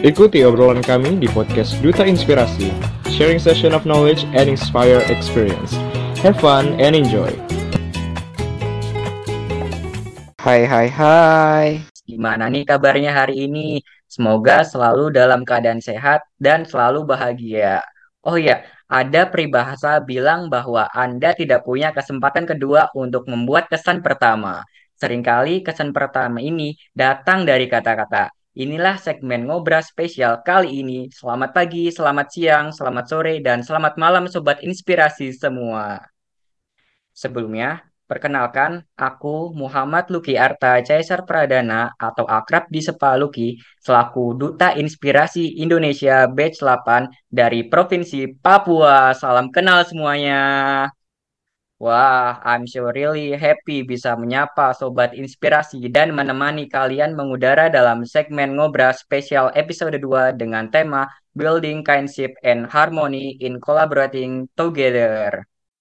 Ikuti obrolan kami di podcast Duta Inspirasi, sharing session of knowledge and inspire experience. Have fun and enjoy. Hai. Gimana nih kabarnya hari ini? Semoga selalu dalam keadaan sehat dan selalu bahagia. Oh iya, ada peribahasa bilang bahwa Anda tidak punya kesempatan kedua untuk membuat kesan pertama. Seringkali kesan pertama ini datang dari kata-kata. Inilah segmen Ngobras spesial kali ini. Selamat pagi, selamat siang, selamat sore, dan selamat malam Sobat Inspirasi semua. Sebelumnya, perkenalkan, aku Muhammad Luki Arta Caesar Pradana atau akrab disapa Luki selaku Duta Inspirasi Indonesia Batch 8 dari Provinsi Papua. Salam kenal semuanya. Wah, I'm so really happy bisa menyapa Sobat Inspirasi dan menemani kalian mengudara dalam segmen Ngobras spesial episode 2 dengan tema Building Kindship and Harmony in Collaborating Together.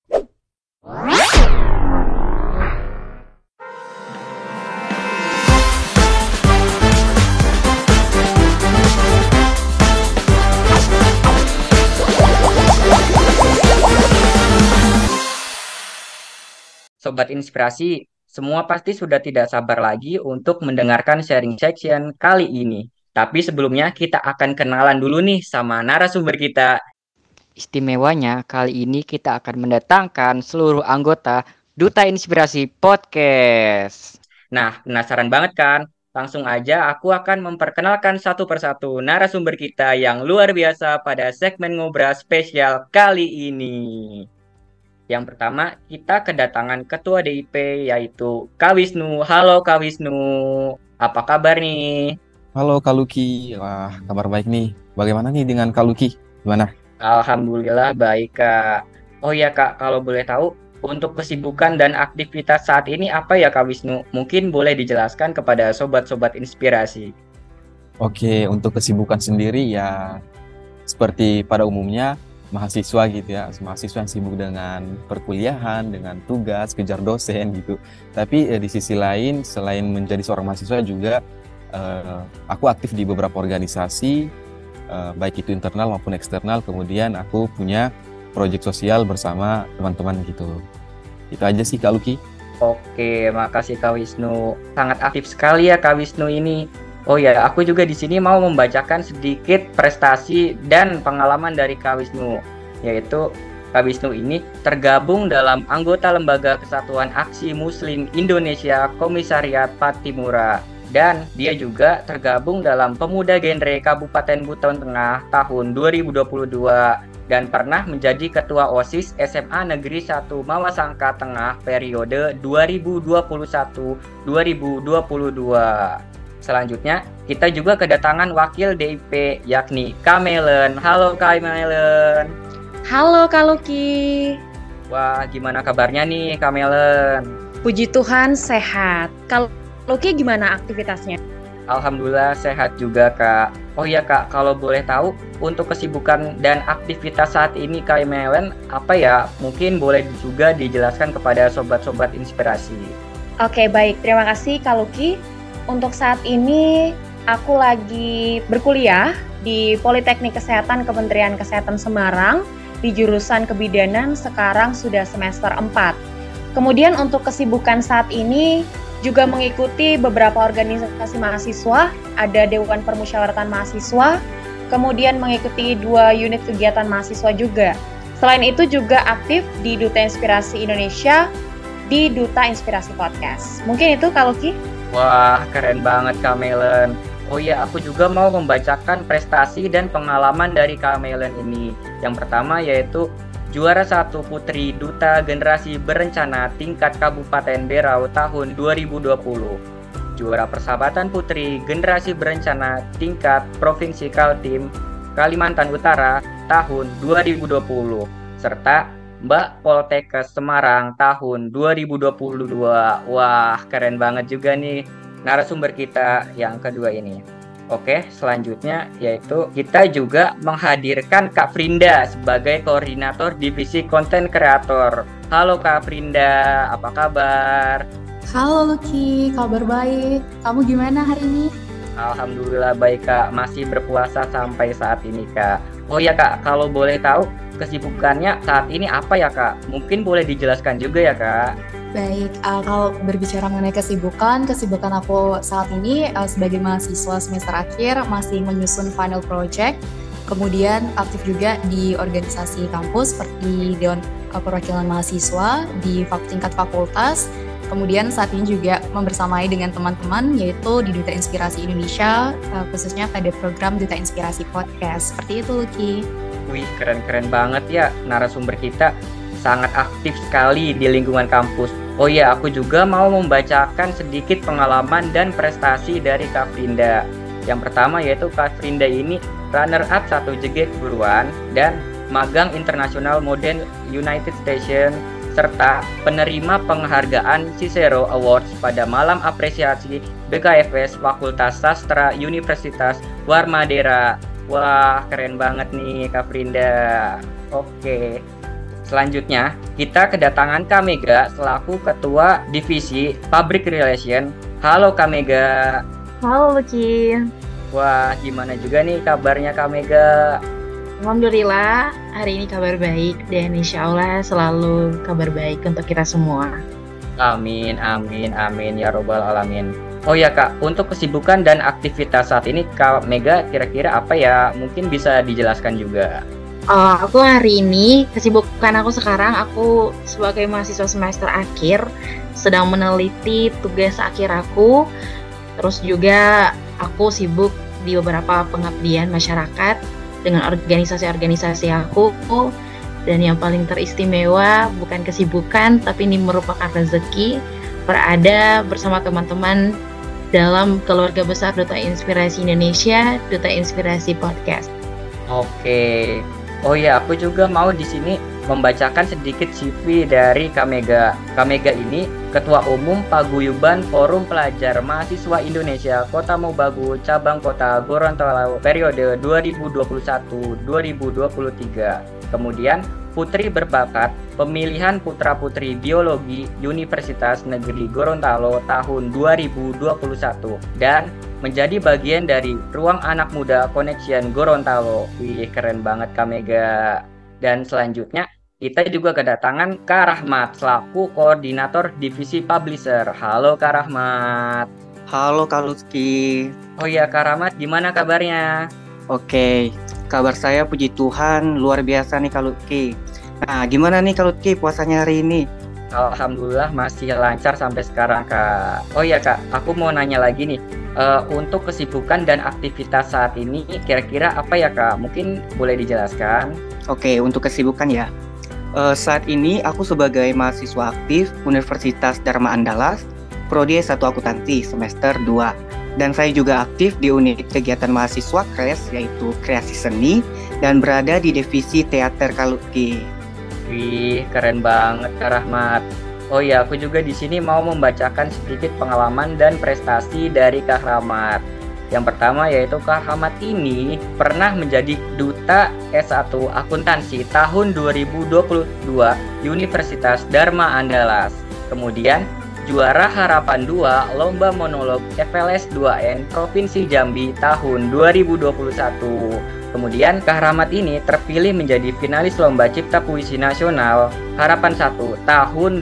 Sobat Inspirasi, semua pasti sudah tidak sabar lagi untuk mendengarkan sharing section kali ini. Tapi sebelumnya kita akan kenalan dulu nih sama narasumber kita. Istimewanya kali ini kita akan mendatangkan seluruh anggota Duta Inspirasi Podcast. Nah, penasaran banget kan? Langsung aja aku akan memperkenalkan satu persatu narasumber kita yang luar biasa pada segmen Ngobras spesial kali ini. Yang pertama, kita kedatangan Ketua DIP yaitu Kak Wisnu. Halo Kak Wisnu, apa kabar nih? Halo Kak Luki, wah kabar baik nih. Bagaimana nih dengan Kak Luki? Gimana? Alhamdulillah baik Kak. Oh ya Kak, kalau boleh tahu, untuk kesibukan dan aktivitas saat ini apa ya Kak Wisnu? Mungkin boleh dijelaskan kepada sobat-sobat inspirasi. Oke, untuk kesibukan sendiri ya seperti pada umumnya mahasiswa gitu ya. Mahasiswa yang sibuk dengan perkuliahan, dengan tugas, kejar dosen gitu. Tapi di sisi lain, selain menjadi seorang mahasiswa juga aku aktif di beberapa organisasi, baik itu internal maupun eksternal. Kemudian aku punya proyek sosial bersama teman-teman gitu. Itu aja sih Kak Luki. Oke, makasih Kak Wisnu. Sangat aktif sekali ya Kak Wisnu ini. Oh ya, aku juga di sini mau membacakan sedikit prestasi dan pengalaman dari Kak Wisnu. Yaitu Kak Wisnu ini tergabung dalam anggota Lembaga Kesatuan Aksi Muslim Indonesia Komisariat Patimura. Dan dia juga tergabung dalam Pemuda Genre Kabupaten Buton Tengah tahun 2022 dan pernah menjadi Ketua OSIS SMA Negeri 1 Mawasangka Tengah periode 2021-2022. Selanjutnya, kita juga kedatangan wakil DIP yakni Kak Melen. Halo Kak Melen. Halo Kak Luki. Wah, gimana kabarnya nih Kak Melen? Puji Tuhan sehat. Kak Luki gimana aktivitasnya? Alhamdulillah sehat juga Kak. Oh iya Kak, kalau boleh tahu untuk kesibukan dan aktivitas saat ini Kak Melen apa ya? Mungkin boleh juga dijelaskan kepada sobat-sobat inspirasi. Oke, baik. Terima kasih Kak Luki. Untuk saat ini aku lagi berkuliah di Politeknik Kesehatan Kementerian Kesehatan Semarang di jurusan kebidanan, sekarang sudah semester 4. Kemudian untuk kesibukan saat ini juga mengikuti beberapa organisasi mahasiswa, ada Dewan Permusyawaratan Mahasiswa, kemudian mengikuti 2 unit kegiatan mahasiswa juga. Selain itu juga aktif di Duta Inspirasi Indonesia, di Duta Inspirasi Podcast. Mungkin itu Kak Luki? Wah, keren banget Kak Melen. Oh iya, aku juga mau membacakan prestasi dan pengalaman dari Kak Melen ini. Yang pertama yaitu juara 1 Putri Duta Generasi Berencana tingkat Kabupaten Berau tahun 2020. Juara Persahabatan Putri Generasi Berencana tingkat Provinsi Kaltim Kalimantan Utara tahun 2020. Serta Mbak Poltekkes Semarang tahun 2022. Wah, keren banget juga nih narasumber kita yang kedua ini. Oke, selanjutnya yaitu kita juga menghadirkan Kak Frinda sebagai koordinator divisi konten kreator. Halo Kak Frinda, apa kabar? Halo Luki, kabar baik. Kamu gimana hari ini? Alhamdulillah baik Kak, masih berpuasa sampai saat ini Kak. Oh ya Kak, kalau boleh tahu kesibukannya saat ini apa ya Kak? Mungkin boleh dijelaskan juga ya Kak. Baik, kalau berbicara mengenai kesibukan aku saat ini sebagai mahasiswa semester akhir masih menyusun final project, kemudian aktif juga di organisasi kampus seperti Dewan Perwakilan Mahasiswa di tingkat fakultas, kemudian saat ini juga membersamai dengan teman-teman yaitu di Duta Inspirasi Indonesia, khususnya pada program Duta Inspirasi Podcast. Seperti itu, Lucky. Wih, keren-keren banget ya narasumber kita. Sangat aktif sekali di lingkungan kampus. Oh iya, aku juga mau membacakan sedikit pengalaman dan prestasi dari Kak Frinda. Yang pertama yaitu Kak Frinda ini runner-up 1 JG keguruan dan magang internasional Modern United Station serta penerima penghargaan Cicero Awards pada malam apresiasi BKFS Fakultas Sastra Universitas Warmadera. Wah, keren banget nih Kak Frinda. Oke. Selanjutnya, kita kedatangan Kak Mega selaku Ketua Divisi Public Relation. Halo Kak Mega. Halo Lucky. Wah, gimana juga nih kabarnya Kak Mega? Alhamdulillah, hari ini kabar baik dan insya Allah selalu kabar baik untuk kita semua. Amin, amin, amin ya robbal alamin. Oh ya Kak, untuk kesibukan dan aktivitas saat ini Kak Mega kira-kira apa ya? Mungkin bisa dijelaskan juga. Aku hari ini, kesibukan aku sekarang, aku sebagai mahasiswa semester akhir sedang meneliti tugas akhir aku. Terus juga aku sibuk di beberapa pengabdian masyarakat dengan organisasi-organisasi aku. Dan yang paling teristimewa bukan kesibukan, tapi ini merupakan rezeki berada bersama teman-teman dalam keluarga besar Duta Inspirasi Indonesia, Duta Inspirasi Podcast. Oke. Oh ya, aku juga mau di sini membacakan sedikit CV dari Kak Mega. Kak Mega ini Ketua Umum Paguyuban Forum Pelajar Mahasiswa Indonesia Kota Mobagu Cabang Kota Gorontalo periode 2021-2023. Kemudian Putri Berbakat Pemilihan Putra-Putri Biologi Universitas Negeri Gorontalo tahun 2021 dan menjadi bagian dari Ruang Anak Muda Connection Gorontalo. Wih, keren banget Kak Mega. Dan selanjutnya kita juga kedatangan Kak Rahmat selaku Koordinator Divisi Publisher. Halo Kak Rahmat. Halo Kak Lutfi. Oh iya Kak Rahmat, gimana kabarnya? Oke, kabar saya puji Tuhan luar biasa nih Kak Lutfi. Nah, gimana nih Kak Lutfi puasanya hari ini? Alhamdulillah masih lancar sampai sekarang Kak. Oh iya Kak, aku mau nanya lagi nih. Untuk kesibukan dan aktivitas saat ini kira-kira apa ya Kak? Mungkin boleh dijelaskan? Oke, untuk kesibukan ya. Saat ini aku sebagai mahasiswa aktif Universitas Dharma Andalas, Prodi S1 Akuntansi semester 2. Dan saya juga aktif di unit kegiatan mahasiswa KRES yaitu Kreasi Seni dan berada di divisi teater Kak Lutfi. Wih, keren banget Kak Rahmat. Oh ya, aku juga di sini mau membacakan sedikit pengalaman dan prestasi dari Kak Rahmat. Yang pertama yaitu Kak Rahmat ini pernah menjadi Duta S1 Akuntansi tahun 2022 Universitas Dharma Andalas. Kemudian juara Harapan 2 Lomba Monolog FLS 2N Provinsi Jambi tahun 2021. Kemudian Kak Rahmat ini terpilih menjadi finalis Lomba Cipta Puisi Nasional Harapan 1 tahun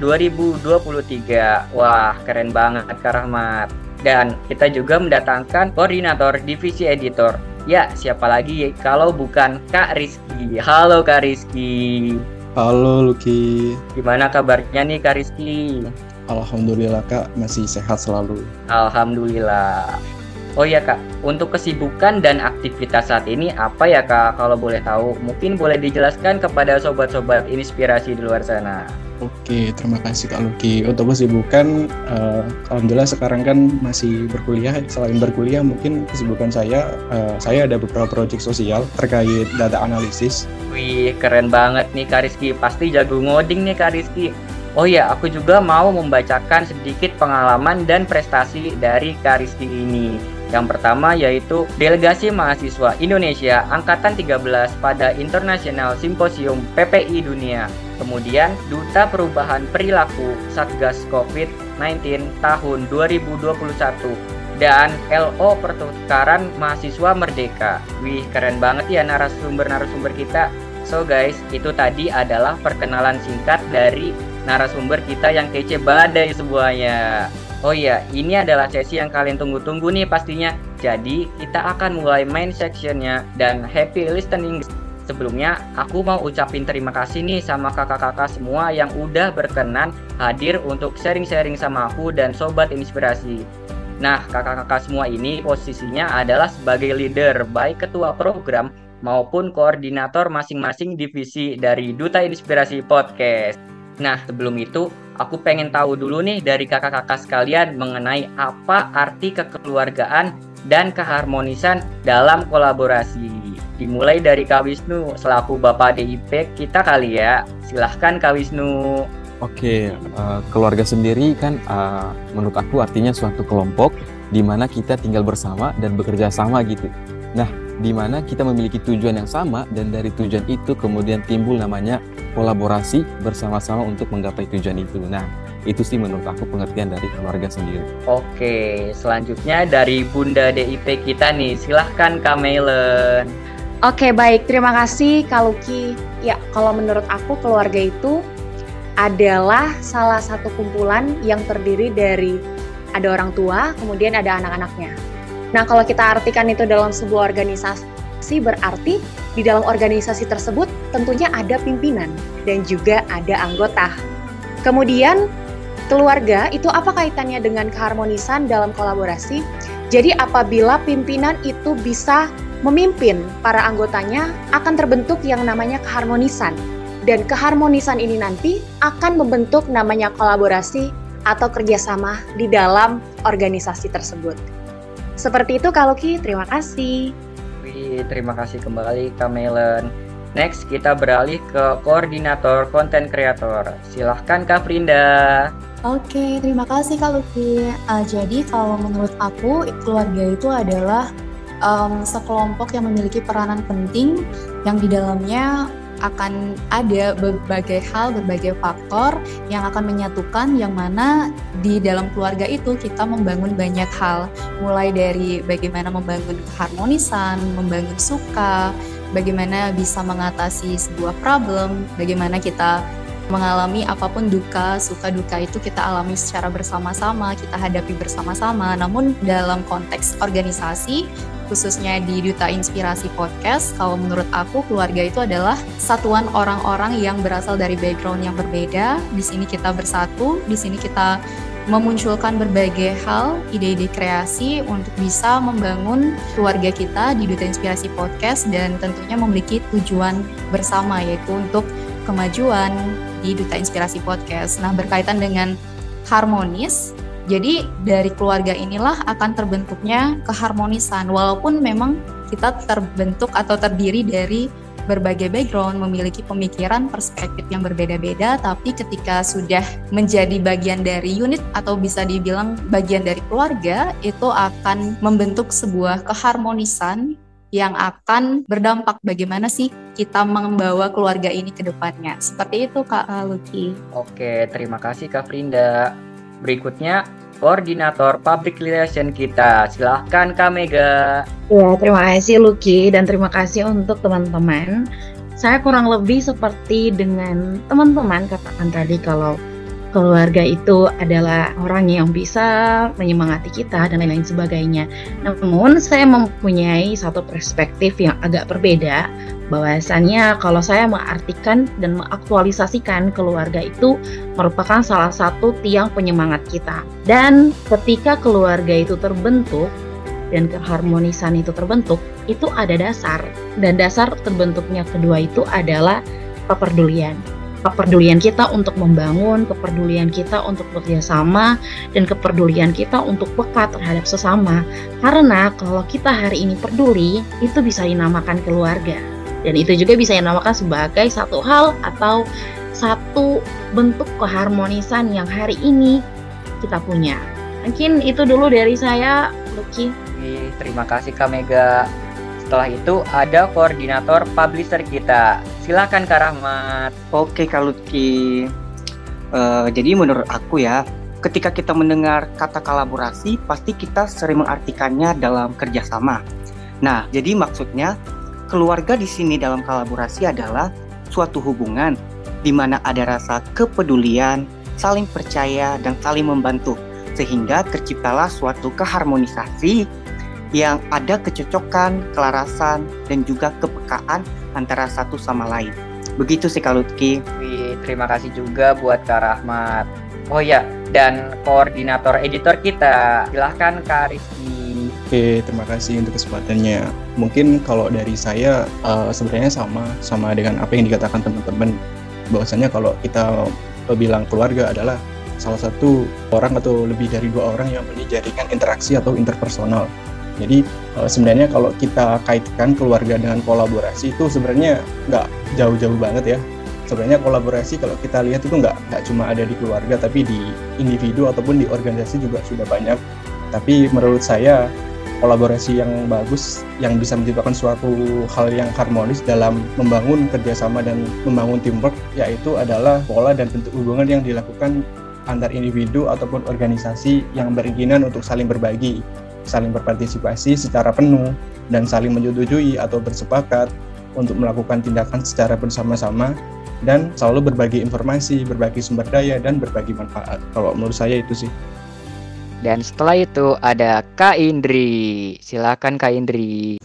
2023. Wah, keren banget Kak Rahmat. Dan kita juga mendatangkan koordinator divisi editor. Ya, siapa lagi kalau bukan Kak Rizky. Halo Kak Rizky. Halo Lucky. Gimana kabarnya nih Kak Rizky? Alhamdulillah Kak, masih sehat selalu. Alhamdulillah. Oh ya Kak, untuk kesibukan dan aktivitas saat ini apa ya Kak kalau boleh tahu? Mungkin boleh dijelaskan kepada sobat-sobat inspirasi di luar sana. Oke, terima kasih Kak Lucky. Untuk kesibukan, alhamdulillah sekarang kan masih berkuliah. Selain berkuliah, mungkin kesibukan saya ada beberapa proyek sosial terkait data analisis. Wih, keren banget nih Kak Rizky. Pasti jago ngoding nih Kak Rizky. Oh ya, aku juga mau membacakan sedikit pengalaman dan prestasi dari Kak Rizky ini. Yang pertama yaitu Delegasi Mahasiswa Indonesia Angkatan 13 pada International Symposium PPI Dunia. Kemudian Duta Perubahan Perilaku Satgas COVID-19 tahun 2021. dan LO Pertukaran Mahasiswa Merdeka. Wih, keren banget ya narasumber-narasumber kita. So guys, itu tadi adalah perkenalan singkat dari narasumber kita yang kece badai semuanya. Oh iya, ini adalah sesi yang kalian tunggu-tunggu nih pastinya. Jadi, kita akan mulai main sectionnya dan happy listening. Sebelumnya, aku mau ucapin terima kasih nih sama kakak-kakak semua yang udah berkenan hadir untuk sharing-sharing sama aku dan Sobat Inspirasi. Nah, kakak-kakak semua ini posisinya adalah sebagai leader, baik ketua program maupun koordinator masing-masing divisi dari Duta Inspirasi Podcast. Nah, sebelum itu, aku pengen tahu dulu nih dari kakak-kakak sekalian mengenai apa arti kekeluargaan dan keharmonisan dalam kolaborasi. Dimulai dari Kak Wisnu, selaku Bapak DIP kita kali ya. Silahkan Kak Wisnu. Oke, keluarga sendiri kan menurut aku artinya suatu kelompok di mana kita tinggal bersama dan bekerja sama gitu. Nah, di mana kita memiliki tujuan yang sama dan dari tujuan itu kemudian timbul namanya kolaborasi bersama-sama untuk menggapai tujuan itu. Nah, itu sih menurut aku pengertian dari keluarga sendiri. Oke, selanjutnya dari Bunda DIP kita nih, silahkan Kak Meilen. Oke, baik. Terima kasih Kak Lucky. Ya, kalau menurut aku keluarga itu adalah salah satu kumpulan yang terdiri dari ada orang tua, kemudian ada anak-anaknya. Nah, kalau kita artikan itu dalam sebuah organisasi, berarti di dalam organisasi tersebut tentunya ada pimpinan dan juga ada anggota. Kemudian, keluarga itu apa kaitannya dengan keharmonisan dalam kolaborasi? Jadi, apabila pimpinan itu bisa memimpin para anggotanya, akan terbentuk yang namanya keharmonisan. Dan keharmonisan ini nanti akan membentuk namanya kolaborasi atau kerjasama di dalam organisasi tersebut. Seperti itu Kak Lucky, terima kasih. Wih, terima kasih kembali Kak Meilen. Next, kita beralih ke koordinator konten kreator. Silahkan Kak Frinda. Oke, terima kasih Kak Lucky. Jadi kalau menurut aku, keluarga itu adalah sekelompok yang memiliki peranan penting yang di dalamnya akan ada berbagai hal, berbagai faktor yang akan menyatukan, yang mana di dalam keluarga itu kita membangun banyak hal, mulai dari bagaimana membangun keharmonisan, membangun suka, bagaimana bisa mengatasi sebuah problem, bagaimana kita mengalami apapun duka, suka duka itu kita alami secara bersama-sama, kita hadapi bersama-sama. Namun dalam konteks organisasi, khususnya di Duta Inspirasi Podcast, kalau menurut aku keluarga itu adalah satuan orang-orang yang berasal dari background yang berbeda. Di sini kita bersatu, di sini kita memunculkan berbagai hal, ide-ide kreasi untuk bisa membangun keluarga kita di Duta Inspirasi Podcast dan tentunya memiliki tujuan bersama, yaitu untuk kemajuan di Duta Inspirasi Podcast. Nah, berkaitan dengan harmonis, jadi dari keluarga inilah akan terbentuknya keharmonisan. Walaupun memang kita terbentuk atau terdiri dari berbagai background, memiliki pemikiran, perspektif yang berbeda-beda, tapi ketika sudah menjadi bagian dari unit atau bisa dibilang bagian dari keluarga, itu akan membentuk sebuah keharmonisan yang akan berdampak bagaimana sih kita membawa keluarga ini ke depannya. Seperti itu Kak Lucky. Oke, terima kasih Kak Frinda. Berikutnya, koordinator public relation kita. Silahkan Kak Mega. Ya, terima kasih Lucky dan terima kasih untuk teman-teman. Saya kurang lebih seperti dengan teman-teman katakan tadi, kalau keluarga itu adalah orang yang bisa menyemangati kita dan lain-lain sebagainya. Namun saya mempunyai satu perspektif yang agak berbeda, bahwasannya kalau saya mengartikan dan mengaktualisasikan keluarga itu merupakan salah satu tiang penyemangat kita. Dan ketika keluarga itu terbentuk dan keharmonisan itu terbentuk, itu ada dasar. Dan dasar terbentuknya kedua itu adalah kepedulian. Kepedulian kita untuk membangun, kepedulian kita untuk bekerjasama, dan kepedulian kita untuk peka terhadap sesama. Karena kalau kita hari ini peduli, itu bisa dinamakan keluarga. Dan itu juga bisa dinamakan sebagai satu hal atau satu bentuk keharmonisan yang hari ini kita punya. Mungkin itu dulu dari saya, Lucky. Terima kasih Kak Mega. Setelah itu ada koordinator publisher kita. Silakan Kak Rahmat. Oke Kak Lutfi. Jadi menurut aku ya, ketika kita mendengar kata kolaborasi, pasti kita sering mengartikannya dalam kerjasama. Nah, jadi maksudnya keluarga di sini dalam kolaborasi adalah suatu hubungan di mana ada rasa kepedulian, saling percaya, dan saling membantu. Sehingga terciptalah suatu keharmonisasi yang ada kecocokan, kelarasan, dan juga kepekaan antara satu sama lain. Begitu sih Kak Lutfi. Wih, terima kasih juga buat Kak Rahmat. Oh ya, dan koordinator editor kita, silahkan Kak Rizky. Oke, terima kasih untuk kesempatannya. Mungkin kalau dari saya sebenarnya sama dengan apa yang dikatakan teman-teman. Bahwasanya kalau kita bilang keluarga adalah salah satu orang atau lebih dari 2 orang yang mempunyai jaringan interaksi atau interpersonal. Jadi sebenarnya kalau kita kaitkan keluarga dengan kolaborasi itu sebenarnya nggak jauh-jauh banget ya. Sebenarnya kolaborasi kalau kita lihat itu nggak cuma ada di keluarga, tapi di individu ataupun di organisasi juga sudah banyak. Tapi menurut saya kolaborasi yang bagus yang bisa menciptakan suatu hal yang harmonis dalam membangun kerjasama dan membangun teamwork, yaitu adalah pola dan bentuk hubungan yang dilakukan antar individu ataupun organisasi yang beringinan untuk saling berbagi, saling berpartisipasi secara penuh, dan saling menyetujui atau bersepakat untuk melakukan tindakan secara bersama-sama, dan selalu berbagi informasi, berbagi sumber daya, dan berbagi manfaat. Kalau menurut saya itu sih. Dan setelah itu ada Kak Indri. Silakan Kak Indri.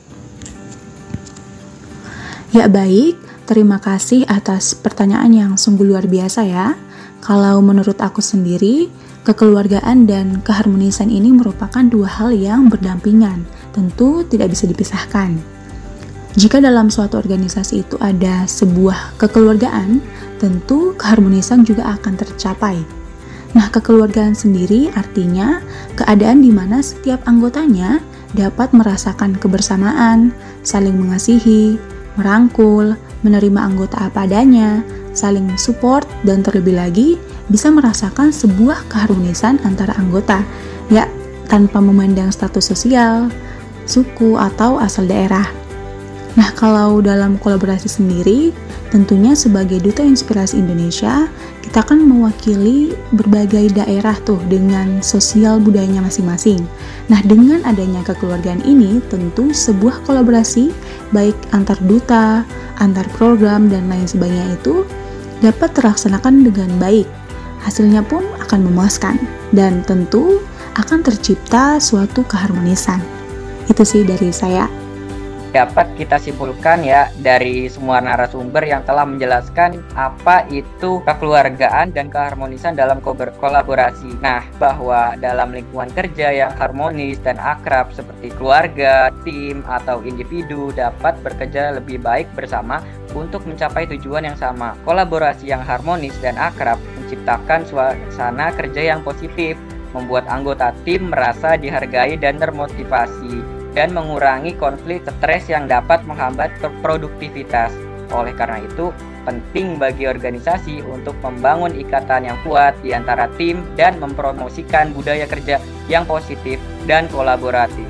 Ya baik, terima kasih atas pertanyaan yang sungguh luar biasa ya. Kalau menurut aku sendiri, kekeluargaan dan keharmonisan ini merupakan 2 hal yang berdampingan, tentu tidak bisa dipisahkan. Jika dalam suatu organisasi itu ada sebuah kekeluargaan, tentu keharmonisan juga akan tercapai. Nah, kekeluargaan sendiri artinya keadaan di mana setiap anggotanya dapat merasakan kebersamaan, saling mengasihi, merangkul, menerima anggota apa adanya, saling support, dan terlebih lagi bisa merasakan sebuah keharmonisan antara anggota, ya tanpa memandang status sosial, suku, atau asal daerah. Nah, kalau dalam kolaborasi sendiri, tentunya sebagai Duta Inspirasi Indonesia, kita kan mewakili berbagai daerah tuh dengan sosial budayanya masing-masing. Nah, dengan adanya kekeluargaan ini, tentu sebuah kolaborasi baik antar duta, antar program, dan lain sebagainya itu dapat terlaksanakan dengan baik. Hasilnya pun akan memuaskan, dan tentu akan tercipta suatu keharmonisan. Itu sih dari saya. Dapat kita simpulkan ya dari semua narasumber yang telah menjelaskan apa itu kekeluargaan dan keharmonisan dalam kolaborasi. Nah, bahwa dalam lingkungan kerja yang harmonis dan akrab seperti keluarga, tim, atau individu dapat bekerja lebih baik bersama untuk mencapai tujuan yang sama. Kolaborasi yang harmonis dan akrab menciptakan suasana kerja yang positif, membuat anggota tim merasa dihargai dan termotivasi, dan mengurangi konflik stres yang dapat menghambat produktivitas. Oleh karena itu, penting bagi organisasi untuk membangun ikatan yang kuat di antara tim dan mempromosikan budaya kerja yang positif dan kolaboratif.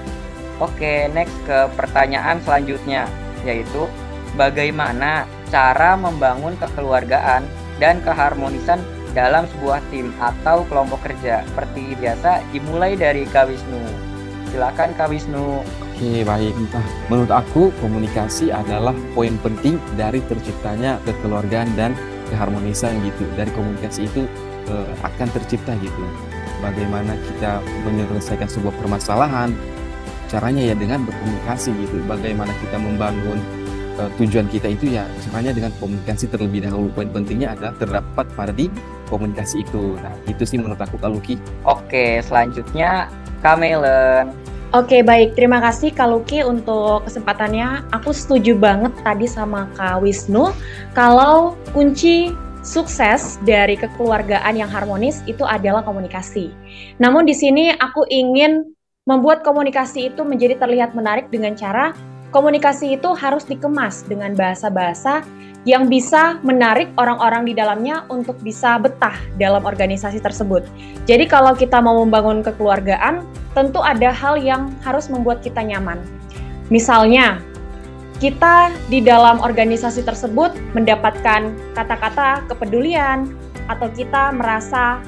Oke, next ke pertanyaan selanjutnya, yaitu bagaimana cara membangun kekeluargaan dan keharmonisan dalam sebuah tim atau kelompok kerja. Seperti biasa, dimulai dari Kak Wisnu. Silakan Kak Wisnu. Oke, baik. Menurut aku, komunikasi adalah poin penting dari terciptanya kekeluargaan dan keharmonisan gitu. Dari komunikasi itu akan tercipta gitu. Bagaimana kita menyelesaikan sebuah permasalahan, caranya ya dengan berkomunikasi gitu. Bagaimana kita membangun tujuan kita itu ya caranya dengan komunikasi terlebih dahulu. Poin pentingnya adalah terdapat pada di komunikasi itu. Nah, itu sih menurut aku Kak Luki. Oke, selanjutnya Kak Melen. Oke, baik. Terima kasih Kak Luki untuk kesempatannya. Aku setuju banget tadi sama Kak Wisnu kalau kunci sukses dari kekeluargaan yang harmonis itu adalah komunikasi. Namun di sini aku ingin membuat komunikasi itu menjadi terlihat menarik dengan cara komunikasi itu harus dikemas dengan bahasa-bahasa yang bisa menarik orang-orang di dalamnya untuk bisa betah dalam organisasi tersebut. Jadi kalau kita mau membangun kekeluargaan, tentu ada hal yang harus membuat kita nyaman. Misalnya, kita di dalam organisasi tersebut mendapatkan kata-kata kepedulian, atau kita merasa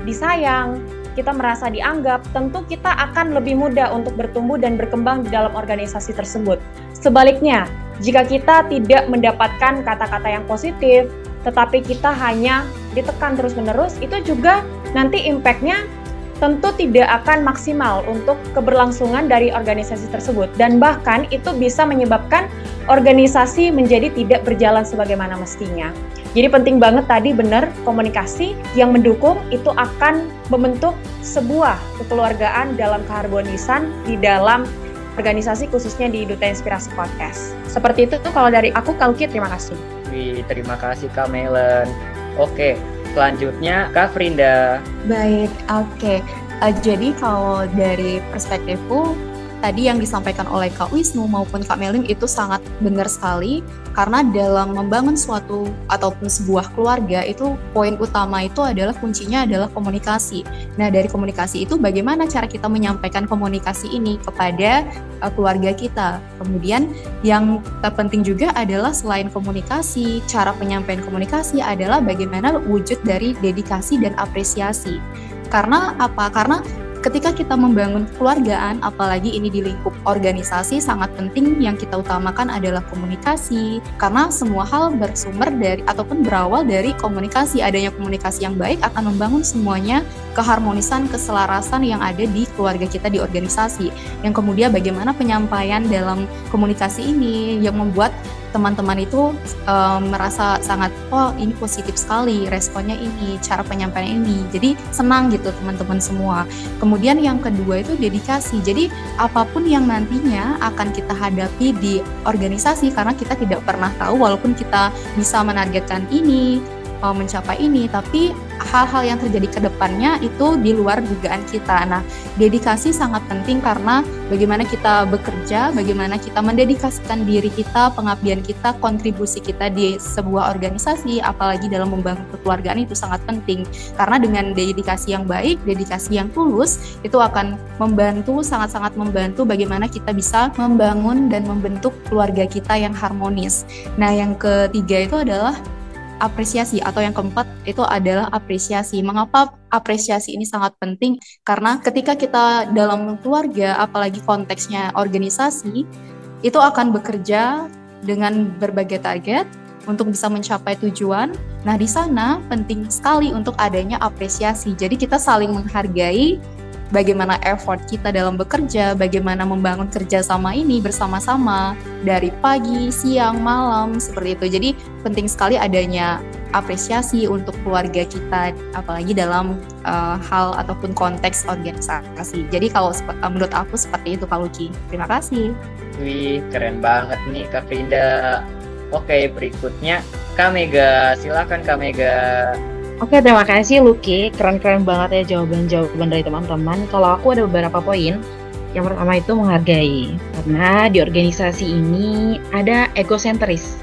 disayang, kita merasa dianggap, tentu kita akan lebih mudah untuk bertumbuh dan berkembang di dalam organisasi tersebut. Sebaliknya, jika kita tidak mendapatkan kata-kata yang positif, tetapi kita hanya ditekan terus-menerus, itu juga nanti impact-nya tentu tidak akan maksimal untuk keberlangsungan dari organisasi tersebut. Dan bahkan itu bisa menyebabkan organisasi menjadi tidak berjalan sebagaimana mestinya. Jadi penting banget tadi benar komunikasi yang mendukung itu akan membentuk sebuah kekeluargaan dalam keharmonisan di dalam organisasi khususnya di Duta Inspirasi Podcast. Seperti itu tuh kalau dari aku, Kak Luki, terima kasih. Wih, terima kasih Kak Melen. Oke, selanjutnya Kak Frinda. Baik, oke. Jadi kalau dari perspektifku, tadi yang disampaikan oleh Kak Wisnu maupun Kak Melim itu sangat benar sekali, karena dalam membangun suatu ataupun sebuah keluarga itu poin utama itu adalah kuncinya adalah komunikasi. Nah, dari komunikasi itu bagaimana cara kita menyampaikan komunikasi ini kepada keluarga kita. Kemudian yang terpenting juga adalah selain komunikasi, cara penyampaian komunikasi adalah bagaimana wujud dari dedikasi dan apresiasi. Karena apa? Karena ketika kita membangun kekeluargaan, apalagi ini di lingkup organisasi, sangat penting yang kita utamakan adalah komunikasi. Karena semua hal bersumber dari ataupun berawal dari komunikasi. Adanya komunikasi yang baik akan membangun semuanya keharmonisan, keselarasan yang ada di keluarga kita di organisasi. Yang kemudian bagaimana penyampaian dalam komunikasi ini yang membuat teman-teman itu merasa sangat, oh ini positif sekali, responnya ini, cara penyampaian ini. Jadi senang gitu teman-teman semua. Kemudian yang kedua itu dedikasi. Jadi apapun yang nantinya akan kita hadapi di organisasi, karena kita tidak pernah tahu walaupun kita bisa menargetkan ini, mencapai ini, tapi hal-hal yang terjadi ke depannya itu di luar dugaan kita. Nah, dedikasi sangat penting karena bagaimana kita bekerja, bagaimana kita mendedikasikan diri kita, pengabdian kita, kontribusi kita di sebuah organisasi, apalagi dalam membangun kekeluargaan itu sangat penting. Karena dengan dedikasi yang baik, dedikasi yang tulus, itu akan membantu, sangat-sangat membantu bagaimana kita bisa membangun dan membentuk keluarga kita yang harmonis. Nah, yang ketiga itu adalah apresiasi, atau yang keempat itu adalah apresiasi. Mengapa apresiasi ini sangat penting? Karena ketika kita dalam keluarga, apalagi konteksnya organisasi, itu akan bekerja dengan berbagai target untuk bisa mencapai tujuan. Nah, di sana penting sekali untuk adanya apresiasi. Jadi kita saling menghargai bagaimana effort kita dalam bekerja, bagaimana membangun kerjasama ini bersama-sama dari pagi, siang, malam, seperti itu. Jadi penting sekali adanya apresiasi untuk keluarga kita, apalagi dalam hal ataupun konteks organisasi. Jadi kalau menurut aku seperti itu, Kak Luki. Terima kasih. Wih, keren banget nih Kak Frinda. Oke, berikutnya Kak Mega. Silakan Kak Mega. Oke, terima kasih Luki. Keren-keren banget ya jawaban-jawaban dari teman-teman. Kalau aku ada beberapa poin. Yang pertama itu menghargai. Karena di organisasi ini ada egosentris.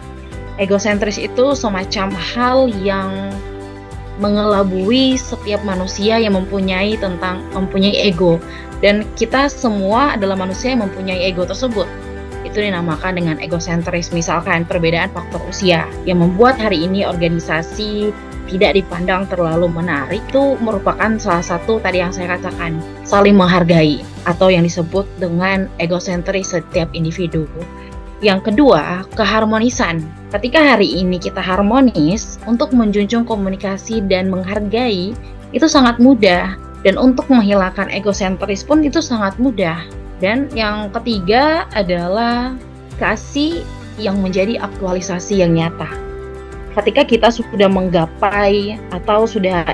Egosentris itu semacam hal yang mengelabui setiap manusia yang mempunyai ego. Dan kita semua adalah manusia yang mempunyai ego tersebut. Itu dinamakan dengan egosentris. Misalkan perbedaan faktor usia yang membuat hari ini organisasi tidak dipandang terlalu menarik, itu merupakan salah satu tadi yang saya katakan, saling menghargai atau yang disebut dengan egosentris setiap individu. Yang kedua, keharmonisan. Ketika hari ini kita harmonis, untuk menjunjung komunikasi dan menghargai itu sangat mudah, dan untuk menghilangkan egosentris pun itu sangat mudah. Dan yang ketiga adalah kasih yang menjadi aktualisasi yang nyata. Ketika kita sudah menggapai atau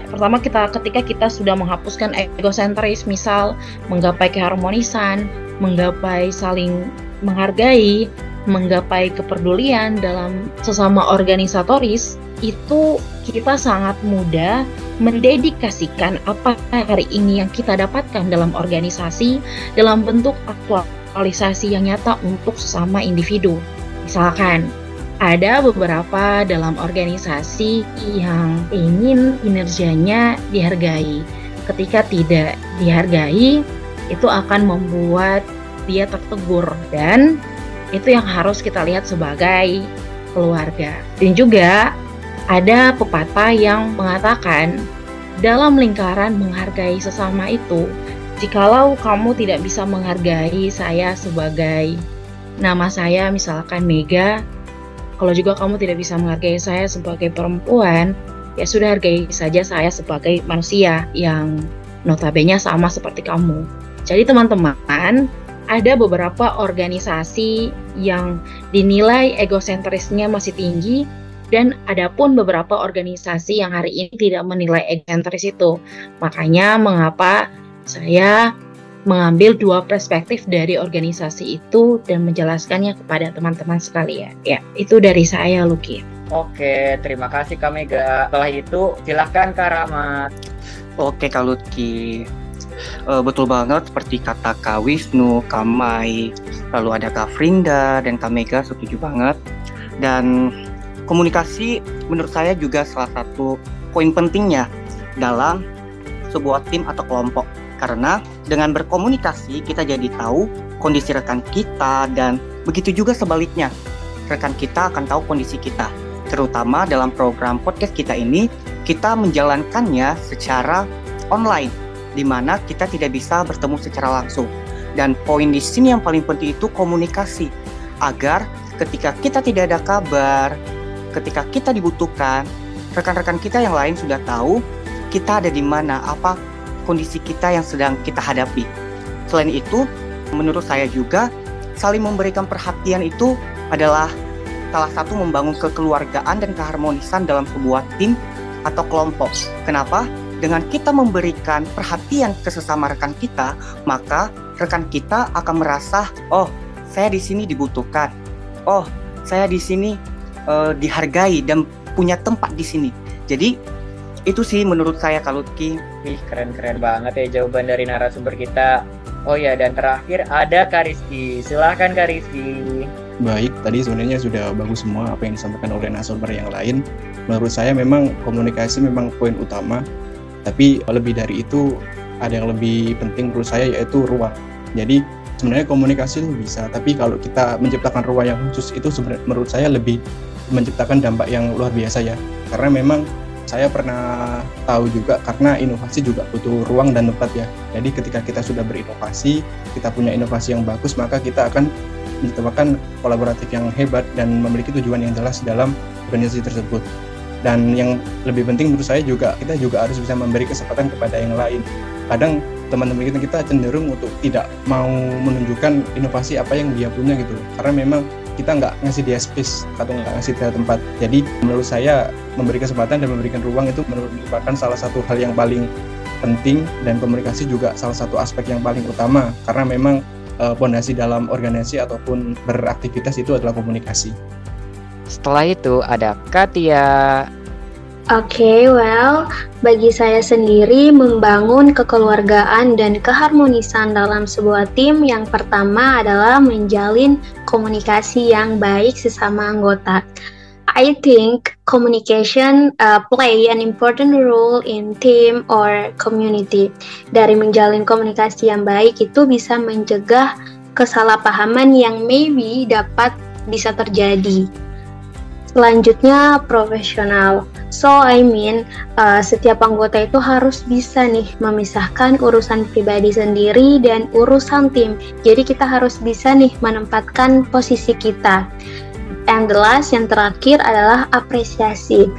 ketika kita sudah menghapuskan egosentris, misal menggapai keharmonisan, menggapai saling menghargai, menggapai kepedulian dalam sesama organisatoris, itu kita sangat mudah mendedikasikan apa hari ini yang kita dapatkan dalam organisasi dalam bentuk aktualisasi yang nyata untuk sesama individu. Misalkan ada beberapa dalam organisasi yang ingin kinerjanya dihargai. Ketika tidak dihargai, itu akan membuat dia tertegur, dan itu yang harus kita lihat sebagai keluarga. Dan juga ada pepatah yang mengatakan dalam lingkaran menghargai sesama itu, jikalau kamu tidak bisa menghargai saya sebagai nama saya misalkan Mega, kalau juga kamu tidak bisa menghargai saya sebagai perempuan, ya sudah hargai saja saya sebagai manusia yang notabene sama seperti kamu. Jadi teman-teman, ada beberapa organisasi yang dinilai egosentrisnya masih tinggi, dan ada pun beberapa organisasi yang hari ini tidak menilai egosentris itu. Makanya mengapa saya mengambil dua perspektif dari organisasi itu dan menjelaskannya kepada teman-teman sekalian. Ya, itu dari saya, Luki. Oke, terima kasih Kak Mega. Setelah itu, silahkan Kak Rahmat. Oke Kak Lutfi, betul banget seperti kata Kak Wisnu, Kak Mai, lalu ada Kak Frinda dan Kak Mega, setuju banget. Dan komunikasi menurut saya juga salah satu poin pentingnya dalam sebuah tim atau kelompok. Karena dengan berkomunikasi kita jadi tahu kondisi rekan kita, dan begitu juga sebaliknya. Rekan kita akan tahu kondisi kita. Terutama dalam program podcast kita ini, kita menjalankannya secara online, di mana kita tidak bisa bertemu secara langsung. Dan poin di sini yang paling penting itu komunikasi, agar ketika kita tidak ada kabar, ketika kita dibutuhkan, rekan-rekan kita yang lain sudah tahu kita ada di mana, apa kondisi kita yang sedang kita hadapi. Selain itu, menurut saya juga saling memberikan perhatian itu adalah salah satu membangun kekeluargaan dan keharmonisan dalam sebuah tim atau kelompok. Kenapa? Dengan kita memberikan perhatian ke sesama rekan kita, maka rekan kita akan merasa, oh, saya di sini dibutuhkan. Oh, saya di sini dihargai dan punya tempat di sini. Jadi itu sih menurut saya Kak Lutfi. Ih, keren-keren banget ya jawaban dari narasumber kita. Oh ya, dan terakhir ada Kak Rizky. Silahkan Kak Rizky. Baik, tadi sebenarnya sudah bagus semua apa yang disampaikan oleh narasumber yang lain. Menurut saya memang komunikasi memang poin utama, tapi lebih dari itu ada yang lebih penting menurut saya, yaitu ruang. Jadi sebenarnya komunikasi itu bisa, tapi kalau kita menciptakan ruang yang khusus itu sebenarnya menurut saya lebih menciptakan dampak yang luar biasa ya. Karena memang saya pernah tahu juga, karena inovasi juga butuh ruang dan tempat ya. Jadi ketika kita sudah berinovasi, kita punya inovasi yang bagus, maka kita akan menciptakan kolaboratif yang hebat dan memiliki tujuan yang jelas dalam organisasi tersebut. Dan yang lebih penting menurut saya juga, kita juga harus bisa memberi kesempatan kepada yang lain. Kadang teman-teman kita cenderung untuk tidak mau menunjukkan inovasi apa yang dia punya gitu, karena memang kita nggak ngasih dia space atau nggak ngasih dia tempat. Jadi menurut saya memberi kesempatan dan memberikan ruang itu merupakan salah satu hal yang paling penting, dan komunikasi juga salah satu aspek yang paling utama, karena memang pondasi dalam organisasi ataupun beraktivitas itu adalah komunikasi. Setelah itu ada Katia. Oke, bagi saya sendiri membangun kekeluargaan dan keharmonisan dalam sebuah tim yang pertama adalah menjalin komunikasi yang baik sesama anggota. I think communication play an important role in team or community. Dari menjalin komunikasi yang baik itu bisa mencegah kesalahpahaman yang maybe dapat bisa terjadi. Selanjutnya profesional. So setiap anggota itu harus bisa nih memisahkan urusan pribadi sendiri dan urusan tim. Jadi kita harus bisa nih menempatkan posisi kita. And the last, yang terakhir adalah apresiasi.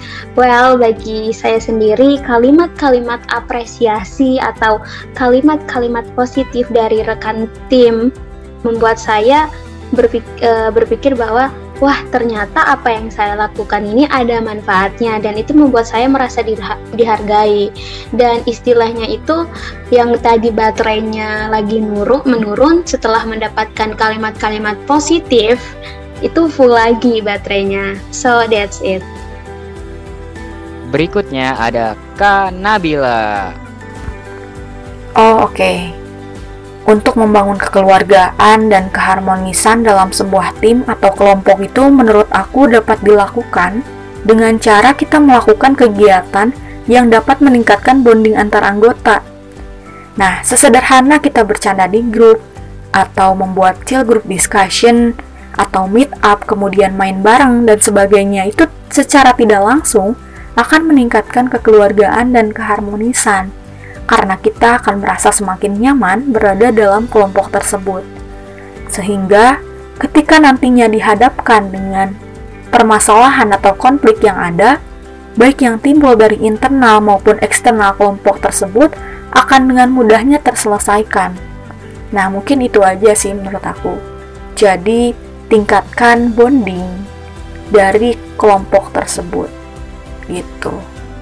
Bagi saya sendiri, kalimat-kalimat apresiasi atau kalimat-kalimat positif dari rekan tim membuat saya berpikir bahwa wah, ternyata apa yang saya lakukan ini ada manfaatnya, dan itu membuat saya merasa dihargai. Dan istilahnya itu yang tadi baterainya lagi menurun, setelah mendapatkan kalimat-kalimat positif, itu full lagi baterainya. So that's it. Berikutnya ada Kak Nabila. Oke. Untuk membangun kekeluargaan dan keharmonisan dalam sebuah tim atau kelompok itu menurut aku dapat dilakukan dengan cara kita melakukan kegiatan yang dapat meningkatkan bonding antar anggota. Nah, sesederhana kita bercanda di grup, atau membuat chill group discussion, atau meet up kemudian main bareng dan sebagainya, itu secara tidak langsung akan meningkatkan kekeluargaan dan keharmonisan, karena kita akan merasa semakin nyaman berada dalam kelompok tersebut. Sehingga ketika nantinya dihadapkan dengan permasalahan atau konflik yang ada, baik yang timbul dari internal maupun eksternal kelompok tersebut, akan dengan mudahnya terselesaikan. Nah, mungkin itu aja sih menurut aku. Jadi, tingkatkan bonding dari kelompok tersebut. Gitu.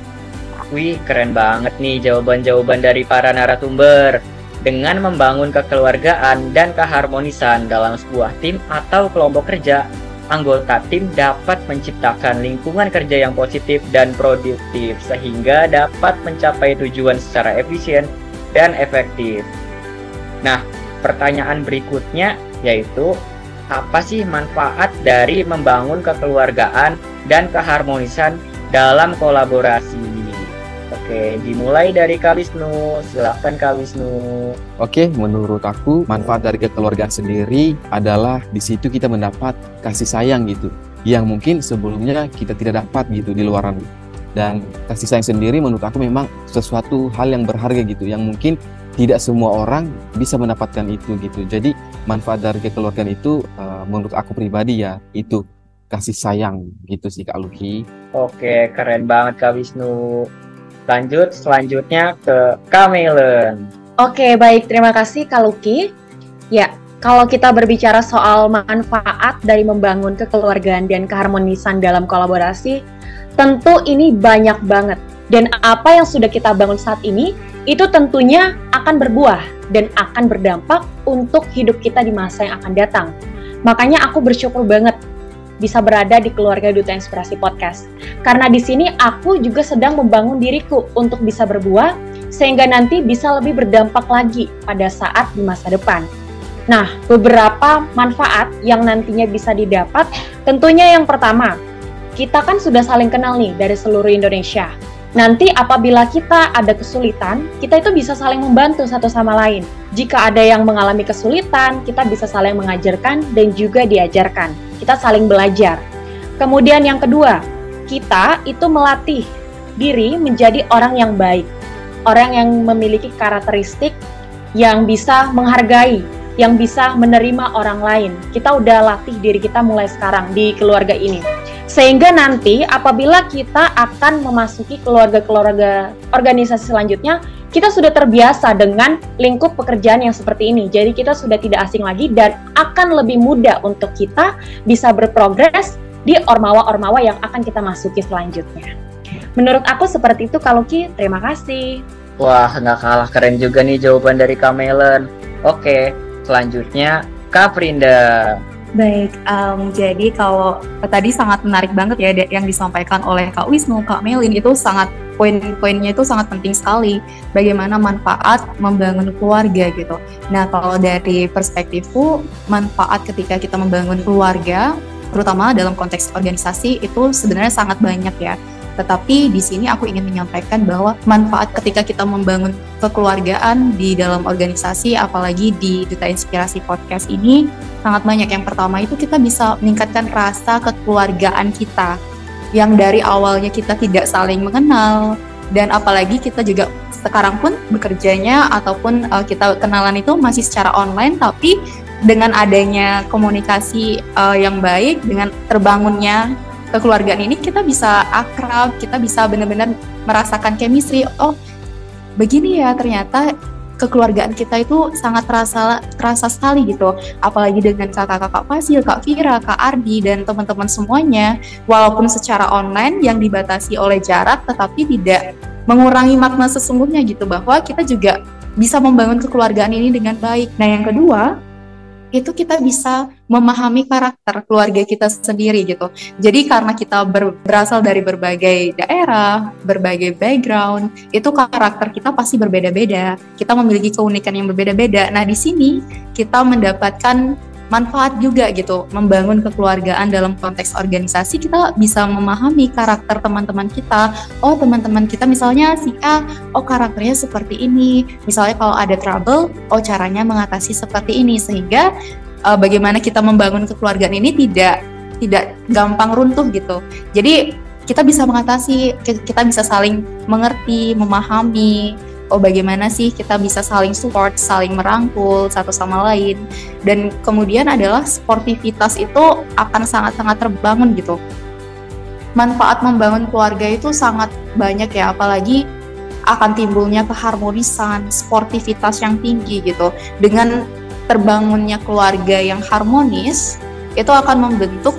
Wih, keren banget nih jawaban-jawaban dari para narasumber. Dengan membangun kekeluargaan dan keharmonisan dalam sebuah tim atau kelompok kerja, anggota tim dapat menciptakan lingkungan kerja yang positif dan produktif sehingga dapat mencapai tujuan secara efisien dan efektif. Nah, pertanyaan berikutnya yaitu, apa sih manfaat dari membangun kekeluargaan dan keharmonisan dalam kolaborasi? Oke, dimulai dari Kak Wisnu. Silakan Kak Wisnu. Oke, menurut aku manfaat dari kekeluargaan sendiri adalah di situ kita mendapat kasih sayang gitu, yang mungkin sebelumnya kita tidak dapat gitu di luaran. Dan kasih sayang sendiri menurut aku memang sesuatu hal yang berharga gitu, yang mungkin tidak semua orang bisa mendapatkan itu gitu. Jadi manfaat dari kekeluargaan itu menurut aku pribadi ya itu kasih sayang gitu sih Kak Luki. Oke, keren banget Kak Wisnu. Lanjut selanjutnya ke Kak Melen. Oke, baik. Terima kasih Kak Luki. Ya, kalau kita berbicara soal manfaat dari membangun kekeluargaan dan keharmonisan dalam kolaborasi, tentu ini banyak banget. Dan apa yang sudah kita bangun saat ini, itu tentunya akan berbuah dan akan berdampak untuk hidup kita di masa yang akan datang. Makanya aku bersyukur banget bisa berada di keluarga Duta Inspirasi Podcast. Karena di sini aku juga sedang membangun diriku untuk bisa berbuah, sehingga nanti bisa lebih berdampak lagi pada saat di masa depan. Nah, beberapa manfaat yang nantinya bisa didapat, tentunya yang pertama, kita kan sudah saling kenal nih dari seluruh Indonesia. Nanti apabila kita ada kesulitan, kita itu bisa saling membantu satu sama lain. Jika ada yang mengalami kesulitan, kita bisa saling mengajarkan dan juga diajarkan. Kita saling belajar. Kemudian yang kedua, kita itu melatih diri menjadi orang yang baik. Orang yang memiliki karakteristik yang bisa menghargai, yang bisa menerima orang lain. Kita udah latih diri kita mulai sekarang di keluarga ini. Sehingga nanti apabila kita akan memasuki keluarga-keluarga organisasi selanjutnya, kita sudah terbiasa dengan lingkup pekerjaan yang seperti ini. Jadi kita sudah tidak asing lagi dan akan lebih mudah untuk kita bisa berprogres di ormawa-ormawa yang akan kita masuki selanjutnya. Menurut aku seperti itu Kak Luki, terima kasih. Wah, nggak kalah keren juga nih jawaban dari Kak Melen. Oke, selanjutnya Kak Frinda. Baik, jadi kalau tadi sangat menarik banget ya yang disampaikan oleh Kak Wisnu, Kak Melin, itu sangat poin-poinnya itu sangat penting sekali. Bagaimana manfaat membangun keluarga gitu. Nah, kalau dari perspektifku, manfaat ketika kita membangun keluarga, terutama dalam konteks organisasi, itu sebenarnya sangat banyak ya. Tetapi di sini aku ingin menyampaikan bahwa manfaat ketika kita membangun kekeluargaan di dalam organisasi, apalagi di Duta Inspirasi Podcast ini, sangat banyak. Yang pertama itu kita bisa meningkatkan rasa kekeluargaan kita, yang dari awalnya kita tidak saling mengenal, dan apalagi kita juga sekarang pun bekerjanya ataupun kita kenalan itu masih secara online, tapi dengan adanya komunikasi yang baik, dengan terbangunnya kekeluargaan ini, kita bisa akrab, kita bisa benar-benar merasakan chemistry. Oh, begini ya ternyata kekeluargaan kita itu sangat terasa sekali gitu. Apalagi dengan kakak-kakak Fasil, Kak Fira, Kak Ardi, dan teman-teman semuanya. Walaupun secara online yang dibatasi oleh jarak, tetapi tidak mengurangi makna sesungguhnya gitu, bahwa kita juga bisa membangun kekeluargaan ini dengan baik. Nah, yang kedua, itu kita bisa memahami karakter keluarga kita sendiri gitu. Jadi karena kita berasal dari berbagai daerah, berbagai background, itu karakter kita pasti berbeda-beda. Kita memiliki keunikan yang berbeda-beda. Nah, di sini kita mendapatkan manfaat juga gitu, membangun kekeluargaan dalam konteks organisasi. Kita bisa memahami karakter teman-teman kita. Oh, teman-teman kita misalnya si A, oh karakternya seperti ini. Misalnya kalau ada trouble, oh caranya mengatasi seperti ini. Sehingga bagaimana kita membangun kekeluargaan ini tidak gampang runtuh gitu. Jadi kita bisa mengatasi, kita bisa saling mengerti, memahami, bagaimana sih kita bisa saling support, saling merangkul satu sama lain. Dan kemudian adalah sportivitas itu akan sangat-sangat terbangun gitu. Manfaat membangun keluarga itu sangat banyak ya, apalagi akan timbulnya keharmonisan, sportivitas yang tinggi gitu. Dengan terbangunnya keluarga yang harmonis, itu akan membentuk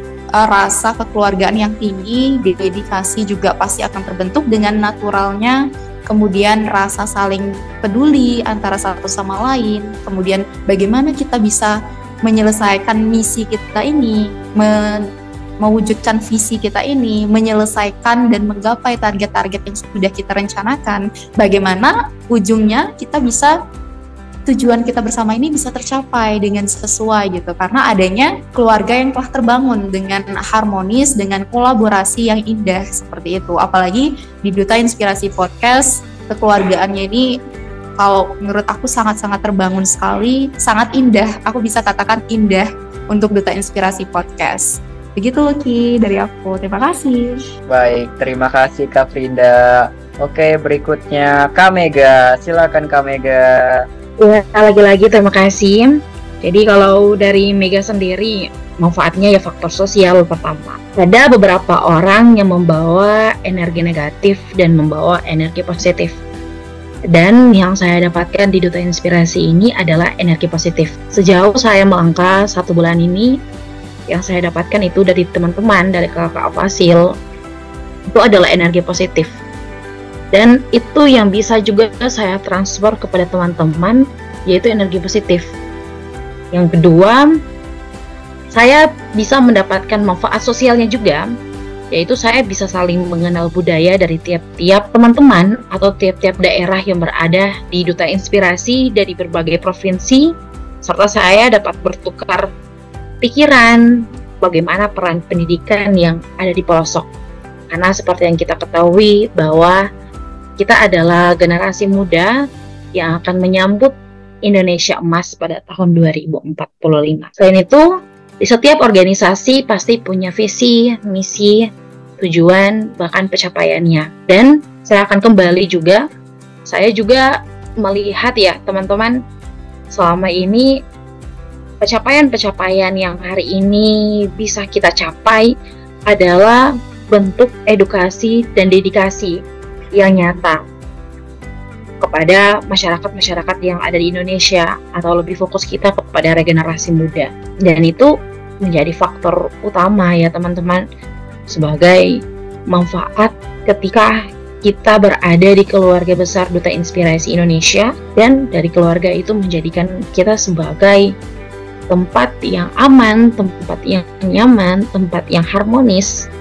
rasa kekeluargaan yang tinggi, dedikasi juga pasti akan terbentuk dengan naturalnya, kemudian rasa saling peduli antara satu sama lain, kemudian bagaimana kita bisa menyelesaikan misi kita ini, mewujudkan visi kita ini, menyelesaikan dan menggapai target-target yang sudah kita rencanakan, bagaimana ujungnya kita bisa tujuan kita bersama ini bisa tercapai dengan sesuai gitu, karena adanya keluarga yang telah terbangun dengan harmonis, dengan kolaborasi yang indah seperti itu. Apalagi di Duta Inspirasi Podcast, kekeluargaannya ini kalau menurut aku sangat-sangat terbangun sekali, sangat indah, aku bisa katakan indah untuk Duta Inspirasi Podcast. Begitu Lucky dari aku, terima kasih. Baik, terima kasih Kak Frida. Oke, berikutnya Kak Mega, silakan Kak Mega. Ya, lagi-lagi terima kasih. Jadi kalau dari Mega sendiri, manfaatnya ya faktor sosial pertama. Ada beberapa orang yang membawa energi negatif dan membawa energi positif. Dan yang saya dapatkan di Duta Inspirasi ini adalah energi positif. Sejauh saya melangkah 1 bulan ini, yang saya dapatkan itu dari teman-teman, dari kakak Fasil, itu adalah energi positif. Dan itu yang bisa juga saya transfer kepada teman-teman, yaitu energi positif. Yang kedua, saya bisa mendapatkan manfaat sosialnya juga, yaitu saya bisa saling mengenal budaya dari tiap-tiap teman-teman atau tiap-tiap daerah yang berada di Duta Inspirasi dari berbagai provinsi, serta saya dapat bertukar pikiran bagaimana peran pendidikan yang ada di pelosok. Karena seperti yang kita ketahui bahwa kita adalah generasi muda yang akan menyambut Indonesia emas pada tahun 2045. Selain itu, di setiap organisasi pasti punya visi, misi, tujuan, bahkan pencapaiannya. Dan saya akan kembali juga, saya juga melihat ya teman-teman, selama ini pencapaian-pencapaian yang hari ini bisa kita capai adalah bentuk edukasi dan dedikasi yang nyata kepada masyarakat-masyarakat yang ada di Indonesia, atau lebih fokus kita kepada regenerasi muda. Dan itu menjadi faktor utama ya teman-teman, sebagai manfaat ketika kita berada di keluarga besar Duta Inspirasi Indonesia, dan dari keluarga itu menjadikan kita sebagai tempat yang aman, tempat yang nyaman, tempat yang harmonis,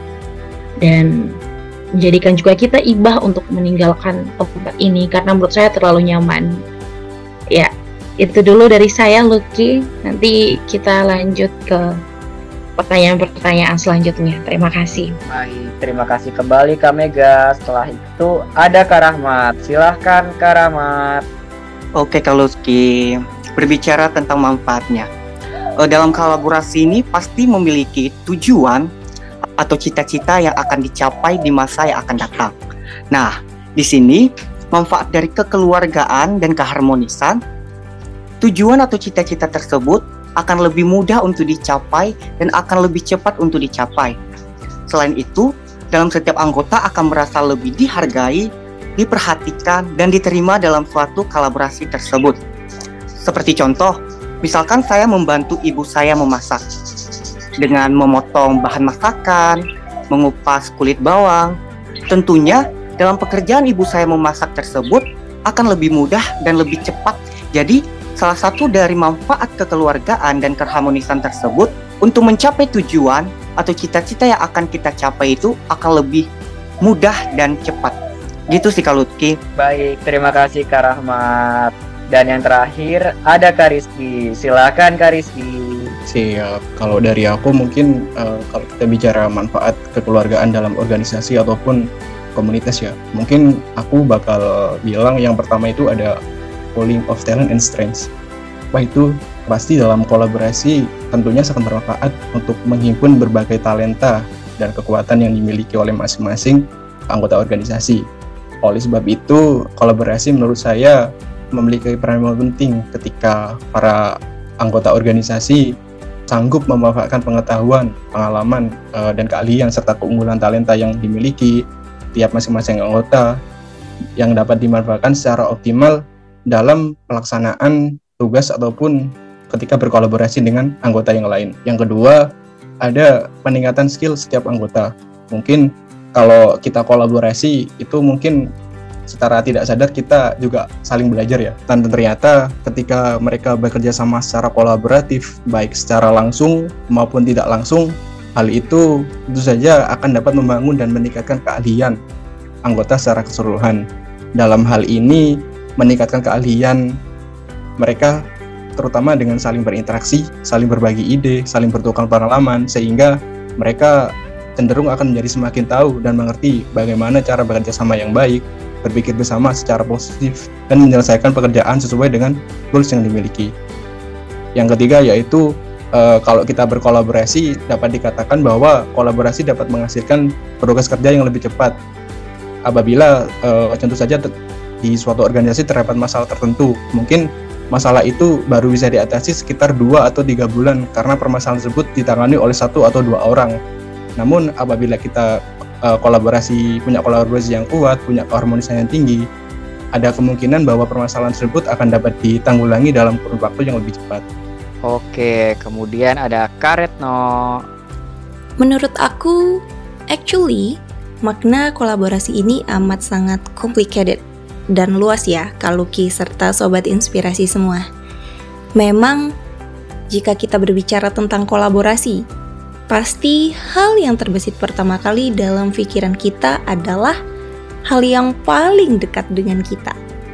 dan menjadikan juga kita ibah untuk meninggalkan tempat ini karena menurut saya terlalu nyaman. Ya, itu dulu dari saya, Lucky. Nanti kita lanjut ke pertanyaan-pertanyaan selanjutnya. Terima kasih. Baik, terima kasih kembali Kak Mega. Setelah itu ada Kak Rahmat. Silahkan Kak Rahmat. Oke Kak Lucky, berbicara tentang manfaatnya. Dalam kolaborasi ini pasti memiliki tujuan atau cita-cita yang akan dicapai di masa yang akan datang. Nah, di sini manfaat dari kekeluargaan dan keharmonisan, tujuan atau cita-cita tersebut akan lebih mudah untuk dicapai dan akan lebih cepat untuk dicapai. Selain itu, dalam setiap anggota akan merasa lebih dihargai, diperhatikan, dan diterima dalam suatu kolaborasi tersebut. Seperti contoh, misalkan saya membantu ibu saya memasak dengan memotong bahan masakan, mengupas kulit bawang. Tentunya dalam pekerjaan ibu saya memasak tersebut akan lebih mudah dan lebih cepat. Jadi salah satu dari manfaat kekeluargaan dan keharmonisan tersebut untuk mencapai tujuan atau cita-cita yang akan kita capai itu akan lebih mudah dan cepat. Gitu sih Kak Lutfi. Baik, terima kasih Kak Rahmat. Dan yang terakhir ada Kak Rizky. Silakan Kak Rizky. Siap. Kalau dari aku mungkin kalau kita bicara manfaat kekeluargaan dalam organisasi ataupun komunitas ya, mungkin aku bakal bilang yang pertama itu ada pooling of talent and strengths. Wah, itu pasti dalam kolaborasi tentunya sangat bermanfaat untuk menghimpun berbagai talenta dan kekuatan yang dimiliki oleh masing-masing anggota organisasi. Oleh sebab itu, kolaborasi menurut saya memiliki peran yang penting ketika para anggota organisasi sanggup memanfaatkan pengetahuan, pengalaman, dan keahlian serta keunggulan talenta yang dimiliki tiap masing-masing anggota yang dapat dimanfaatkan secara optimal dalam pelaksanaan tugas ataupun ketika berkolaborasi dengan anggota yang lain. Yang kedua, ada peningkatan skill setiap anggota. Mungkin kalau kita kolaborasi itu mungkin secara tidak sadar kita juga saling belajar ya. Dan ternyata ketika mereka bekerja sama secara kolaboratif, baik secara langsung maupun tidak langsung, hal itu tentu saja akan dapat membangun dan meningkatkan keahlian anggota secara keseluruhan. Dalam hal ini, meningkatkan keahlian mereka terutama dengan saling berinteraksi, saling berbagi ide, saling bertukar pengalaman, sehingga mereka cenderung akan menjadi semakin tahu dan mengerti bagaimana cara bekerja sama yang baik, berpikir bersama secara positif, dan menyelesaikan pekerjaan sesuai dengan goals yang dimiliki. Yang ketiga yaitu kalau kita berkolaborasi, dapat dikatakan bahwa kolaborasi dapat menghasilkan progres kerja yang lebih cepat. Apabila tentu saja di suatu organisasi terdapat masalah tertentu, mungkin masalah itu baru bisa diatasi sekitar 2 atau 3 bulan karena permasalahan tersebut ditangani oleh 1 atau 2 orang. Namun apabila kita punya kolaborasi yang kuat, punya keharmonisan yang tinggi, ada kemungkinan bahwa permasalahan tersebut akan dapat ditanggulangi dalam kurun waktu yang lebih cepat. Oke, kemudian ada Karetno. Menurut aku, actually, makna kolaborasi ini amat sangat complicated dan luas ya, Kak Lucky serta Sobat Inspirasi semua. Memang, jika kita berbicara tentang kolaborasi, pasti hal yang terbesit pertama kali dalam pikiran kita adalah hal yang paling dekat dengan kita.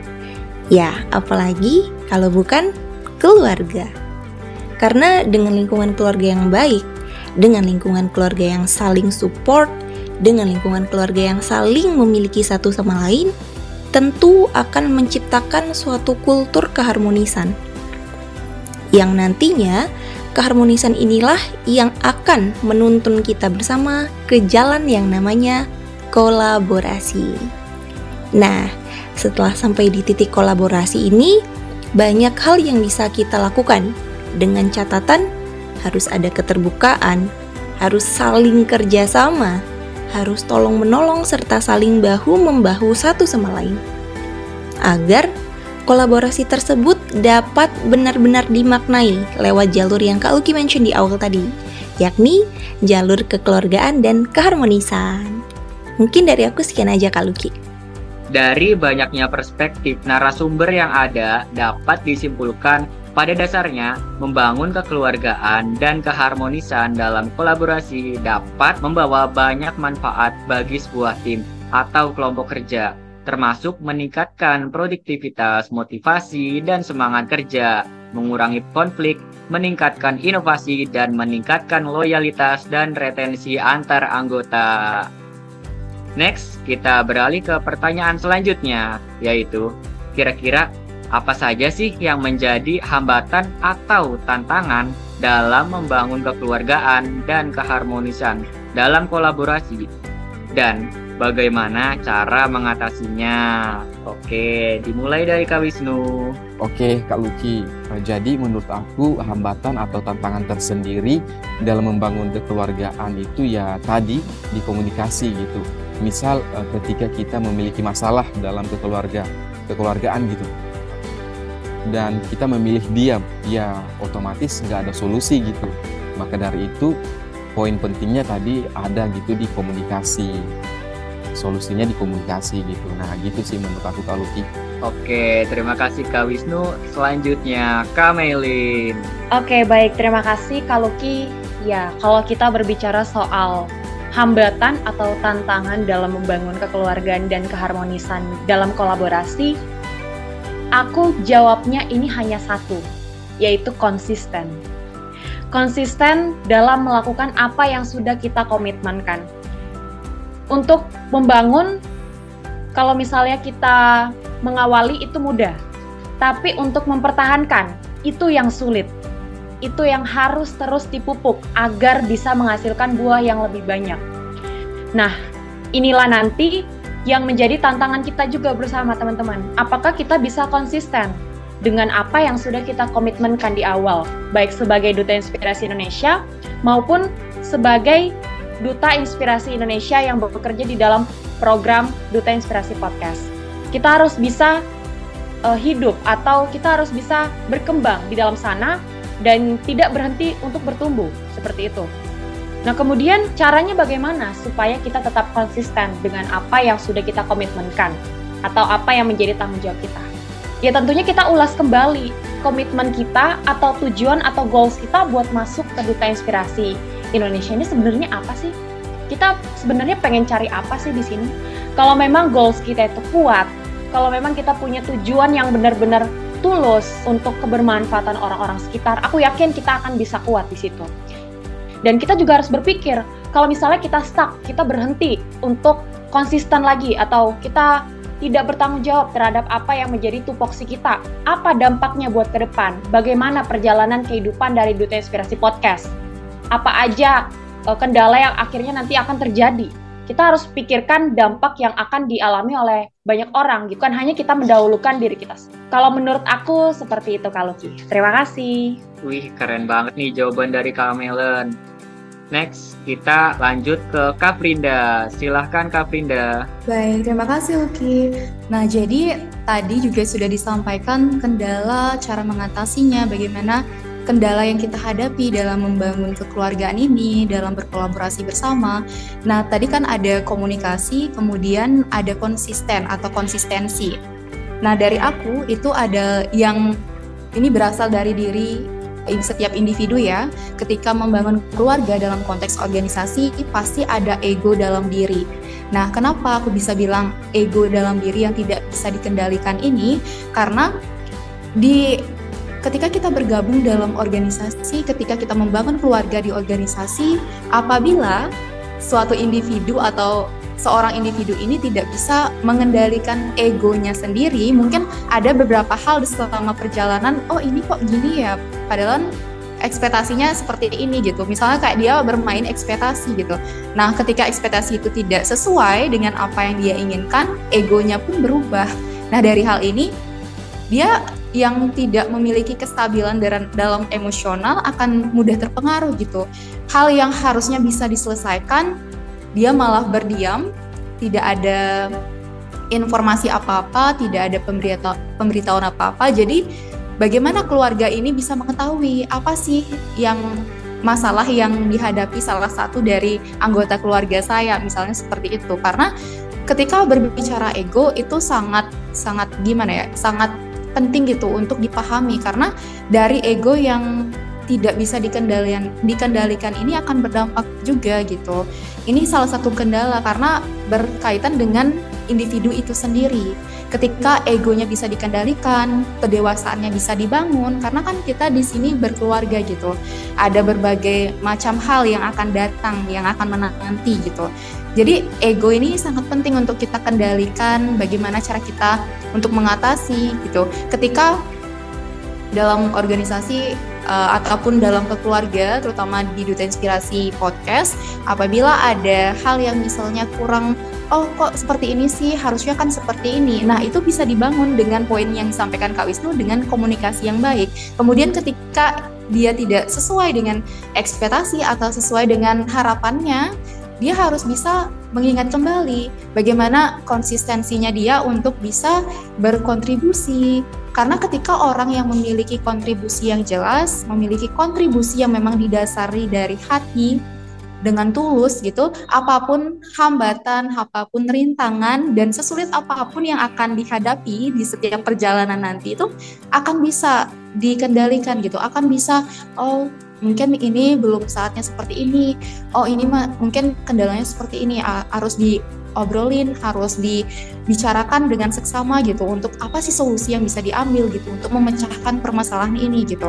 Ya, apalagi kalau bukan keluarga. Karena dengan lingkungan keluarga yang baik, dengan lingkungan keluarga yang saling support, dengan lingkungan keluarga yang saling memiliki satu sama lain, tentu akan menciptakan suatu kultur keharmonisan. Yang nantinya, keharmonisan inilah yang akan menuntun kita bersama ke jalan yang namanya kolaborasi. Nah, setelah sampai di titik kolaborasi ini, banyak hal yang bisa kita lakukan. Dengan catatan, harus ada keterbukaan, harus saling kerjasama, harus tolong-menolong serta saling bahu-membahu satu sama lain. Agar kolaborasi tersebut dapat benar-benar dimaknai lewat jalur yang Kak Lucky mention di awal tadi, yakni jalur kekeluargaan dan keharmonisan. Mungkin dari aku sekian aja Kak Lucky. Dari banyaknya perspektif narasumber yang ada, dapat disimpulkan pada dasarnya membangun kekeluargaan dan keharmonisan dalam kolaborasi dapat membawa banyak manfaat bagi sebuah tim atau kelompok kerja, termasuk meningkatkan produktivitas, motivasi, dan semangat kerja, mengurangi konflik, meningkatkan inovasi, dan meningkatkan loyalitas dan retensi antar anggota. Next, kita beralih ke pertanyaan selanjutnya, yaitu kira-kira apa saja sih yang menjadi hambatan atau tantangan dalam membangun kekeluargaan dan keharmonisan dalam kolaborasi? Dan bagaimana cara mengatasinya? Oke, dimulai dari Kak Wisnu. Oke, Kak Lucky. Jadi menurut aku hambatan atau tantangan tersendiri dalam membangun kekeluargaan itu ya tadi di komunikasi gitu. Misal ketika kita memiliki masalah dalam kekeluargaan gitu, dan kita memilih diam, ya otomatis nggak ada solusi gitu. Maka dari itu poin pentingnya tadi ada gitu di komunikasi. Solusinya di komunikasi gitu. Nah gitu sih menurut aku Kak Lucky. Oke, terima kasih Kak Wisnu. Selanjutnya Kak Melin. Oke, baik, terima kasih Kak Lucky. Ya, kalau kita berbicara soal hambatan atau tantangan dalam membangun kekeluargaan dan keharmonisan dalam kolaborasi, aku jawabnya ini hanya satu, yaitu konsisten. Konsisten dalam melakukan apa yang sudah kita komitmenkan. Untuk membangun, kalau misalnya kita mengawali itu mudah, tapi untuk mempertahankan itu yang sulit. Itu yang harus terus dipupuk agar bisa menghasilkan buah yang lebih banyak. Nah, inilah nanti yang menjadi tantangan kita juga bersama teman-teman. Apakah kita bisa konsisten dengan apa yang sudah kita komitmenkan di awal, baik sebagai Duta Inspirasi Indonesia maupun sebagai Duta Inspirasi Indonesia yang bekerja di dalam program Duta Inspirasi Podcast. Kita harus bisa hidup atau kita harus bisa berkembang di dalam sana dan tidak berhenti untuk bertumbuh, seperti itu. Nah, kemudian caranya bagaimana supaya kita tetap konsisten dengan apa yang sudah kita komitmenkan atau apa yang menjadi tanggung jawab kita? Ya tentunya kita ulas kembali komitmen kita atau tujuan atau goals kita buat masuk ke Duta Inspirasi Indonesia ini sebenarnya apa sih? Kita sebenarnya pengen cari apa sih di sini? Kalau memang goals kita itu kuat, kalau memang kita punya tujuan yang benar-benar tulus untuk kebermanfaatan orang-orang sekitar, aku yakin kita akan bisa kuat di situ. Dan kita juga harus berpikir, kalau misalnya kita stuck, kita berhenti untuk konsisten lagi, atau kita tidak bertanggung jawab terhadap apa yang menjadi tupoksi kita, apa dampaknya buat ke depan? Bagaimana perjalanan kehidupan dari Duta Inspirasi Podcast? Apa aja kendala yang akhirnya nanti akan terjadi? Kita harus pikirkan dampak yang akan dialami oleh banyak orang, bukan hanya kita mendahulukan diri kita. Kalau menurut aku seperti itu, Kak Luki. Terima kasih. Wih, keren banget nih jawaban dari Kak Melen. Next, kita lanjut ke Kak Frinda. Silahkan Kak Frinda. Baik, terima kasih Luki. Nah, jadi tadi juga sudah disampaikan kendala, cara mengatasinya, bagaimana kendala yang kita hadapi dalam membangun kekeluargaan ini, dalam berkolaborasi bersama. Nah, tadi kan ada komunikasi, kemudian ada konsisten atau konsistensi. Nah, dari aku itu ada yang ini berasal dari diri setiap individu ya. Ketika membangun keluarga dalam konteks organisasi, pasti ada ego dalam diri. Nah, kenapa aku bisa bilang ego dalam diri yang tidak bisa dikendalikan ini? Karena ketika kita bergabung dalam organisasi, ketika kita membangun keluarga di organisasi, apabila suatu individu atau seorang individu ini tidak bisa mengendalikan egonya sendiri, mungkin ada beberapa hal selama perjalanan, oh ini kok gini ya, padahal ekspektasinya seperti ini gitu. Misalnya kayak dia bermain ekspektasi gitu. Nah, ketika ekspektasi itu tidak sesuai dengan apa yang dia inginkan, egonya pun berubah. Nah, dari hal ini, dia yang tidak memiliki kestabilan dalam emosional akan mudah terpengaruh gitu. Hal yang harusnya bisa diselesaikan, dia malah berdiam, tidak ada informasi apa-apa, tidak ada pemberitahuan apa-apa. Jadi bagaimana keluarga ini bisa mengetahui apa sih yang masalah yang dihadapi salah satu dari anggota keluarga saya, misalnya seperti itu. Karena ketika berbicara ego itu sangat gimana ya, sangat penting gitu untuk dipahami, karena dari ego yang tidak bisa dikendalikan ini akan berdampak juga gitu. Ini salah satu kendala karena berkaitan dengan individu itu sendiri. Ketika egonya bisa dikendalikan, kedewasaannya bisa dibangun, karena kan kita di sini berkeluarga gitu. Ada berbagai macam hal yang akan datang, yang akan menanti gitu. Jadi ego ini sangat penting untuk kita kendalikan, bagaimana cara kita untuk mengatasi gitu. Ketika dalam organisasi ataupun dalam keluarga, terutama di Duta Inspirasi Podcast, apabila ada hal yang misalnya kurang, oh kok seperti ini sih, harusnya kan seperti ini. Nah, itu bisa dibangun dengan poin yang disampaikan Kak Wisnu dengan komunikasi yang baik. Kemudian ketika dia tidak sesuai dengan ekspektasi atau sesuai dengan harapannya, dia harus bisa mengingat kembali bagaimana konsistensinya dia untuk bisa berkontribusi. Karena ketika orang yang memiliki kontribusi yang jelas, memiliki kontribusi yang memang didasari dari hati, dengan tulus gitu, apapun hambatan, apapun rintangan, dan sesulit apapun yang akan dihadapi di setiap perjalanan nanti itu akan bisa dikendalikan gitu, akan bisa, oh mungkin ini belum saatnya seperti ini, oh ini mungkin kendalanya seperti ini, harus diobrolin, harus dibicarakan dengan seksama gitu, untuk apa sih solusi yang bisa diambil gitu, untuk memecahkan permasalahan ini gitu.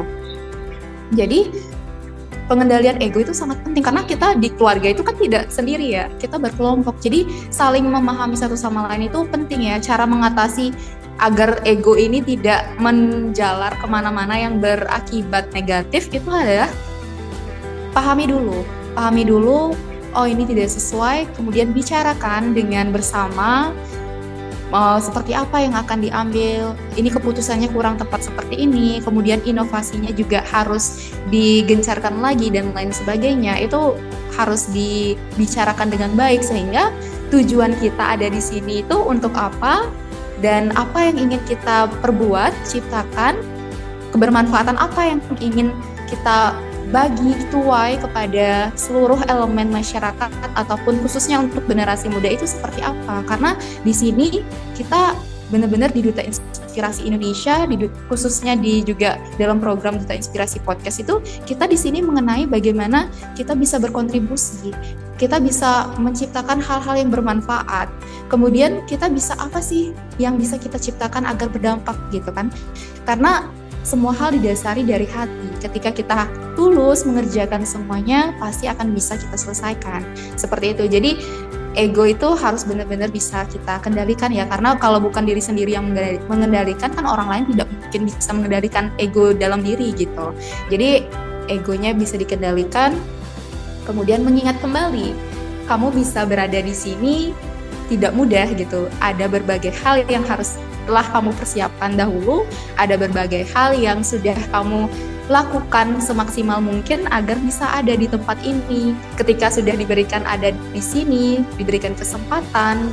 Jadi pengendalian ego itu sangat penting, karena kita di keluarga itu kan tidak sendiri ya, kita berkelompok, jadi saling memahami satu sama lain itu penting ya. Cara mengatasi agar ego ini tidak menjalar kemana-mana yang berakibat negatif itu adalah pahami dulu, oh ini tidak sesuai, kemudian bicarakan dengan bersama seperti apa yang akan diambil, ini keputusannya kurang tepat seperti ini, kemudian inovasinya juga harus digencarkan lagi dan lain sebagainya. Itu harus dibicarakan dengan baik sehingga tujuan kita ada di sini itu untuk apa dan apa yang ingin kita perbuat, ciptakan, kebermanfaatan apa yang ingin kita bagi, tuai kepada seluruh elemen masyarakat ataupun khususnya untuk generasi muda itu seperti apa. Karena di sini kita benar-benar di Duta Inspirasi Indonesia, khususnya di juga dalam program Duta Inspirasi Podcast itu, kita di sini mengenai bagaimana kita bisa berkontribusi, kita bisa menciptakan hal-hal yang bermanfaat. Kemudian kita bisa apa sih yang bisa kita ciptakan agar berdampak gitu kan. Karena semua hal didasari dari hati. Ketika kita tulus mengerjakan semuanya, pasti akan bisa kita selesaikan. Seperti itu. Jadi ego itu harus benar-benar bisa kita kendalikan ya. Karena kalau bukan diri sendiri yang mengendalikan, kan orang lain tidak mungkin bisa mengendalikan ego dalam diri gitu. Jadi egonya bisa dikendalikan. Kemudian mengingat kembali, kamu bisa berada di sini tidak mudah gitu. Ada berbagai hal yang harus telah kamu persiapkan dahulu, ada berbagai hal yang sudah kamu lakukan semaksimal mungkin agar bisa ada di tempat ini. Ketika sudah diberikan ada di sini, diberikan kesempatan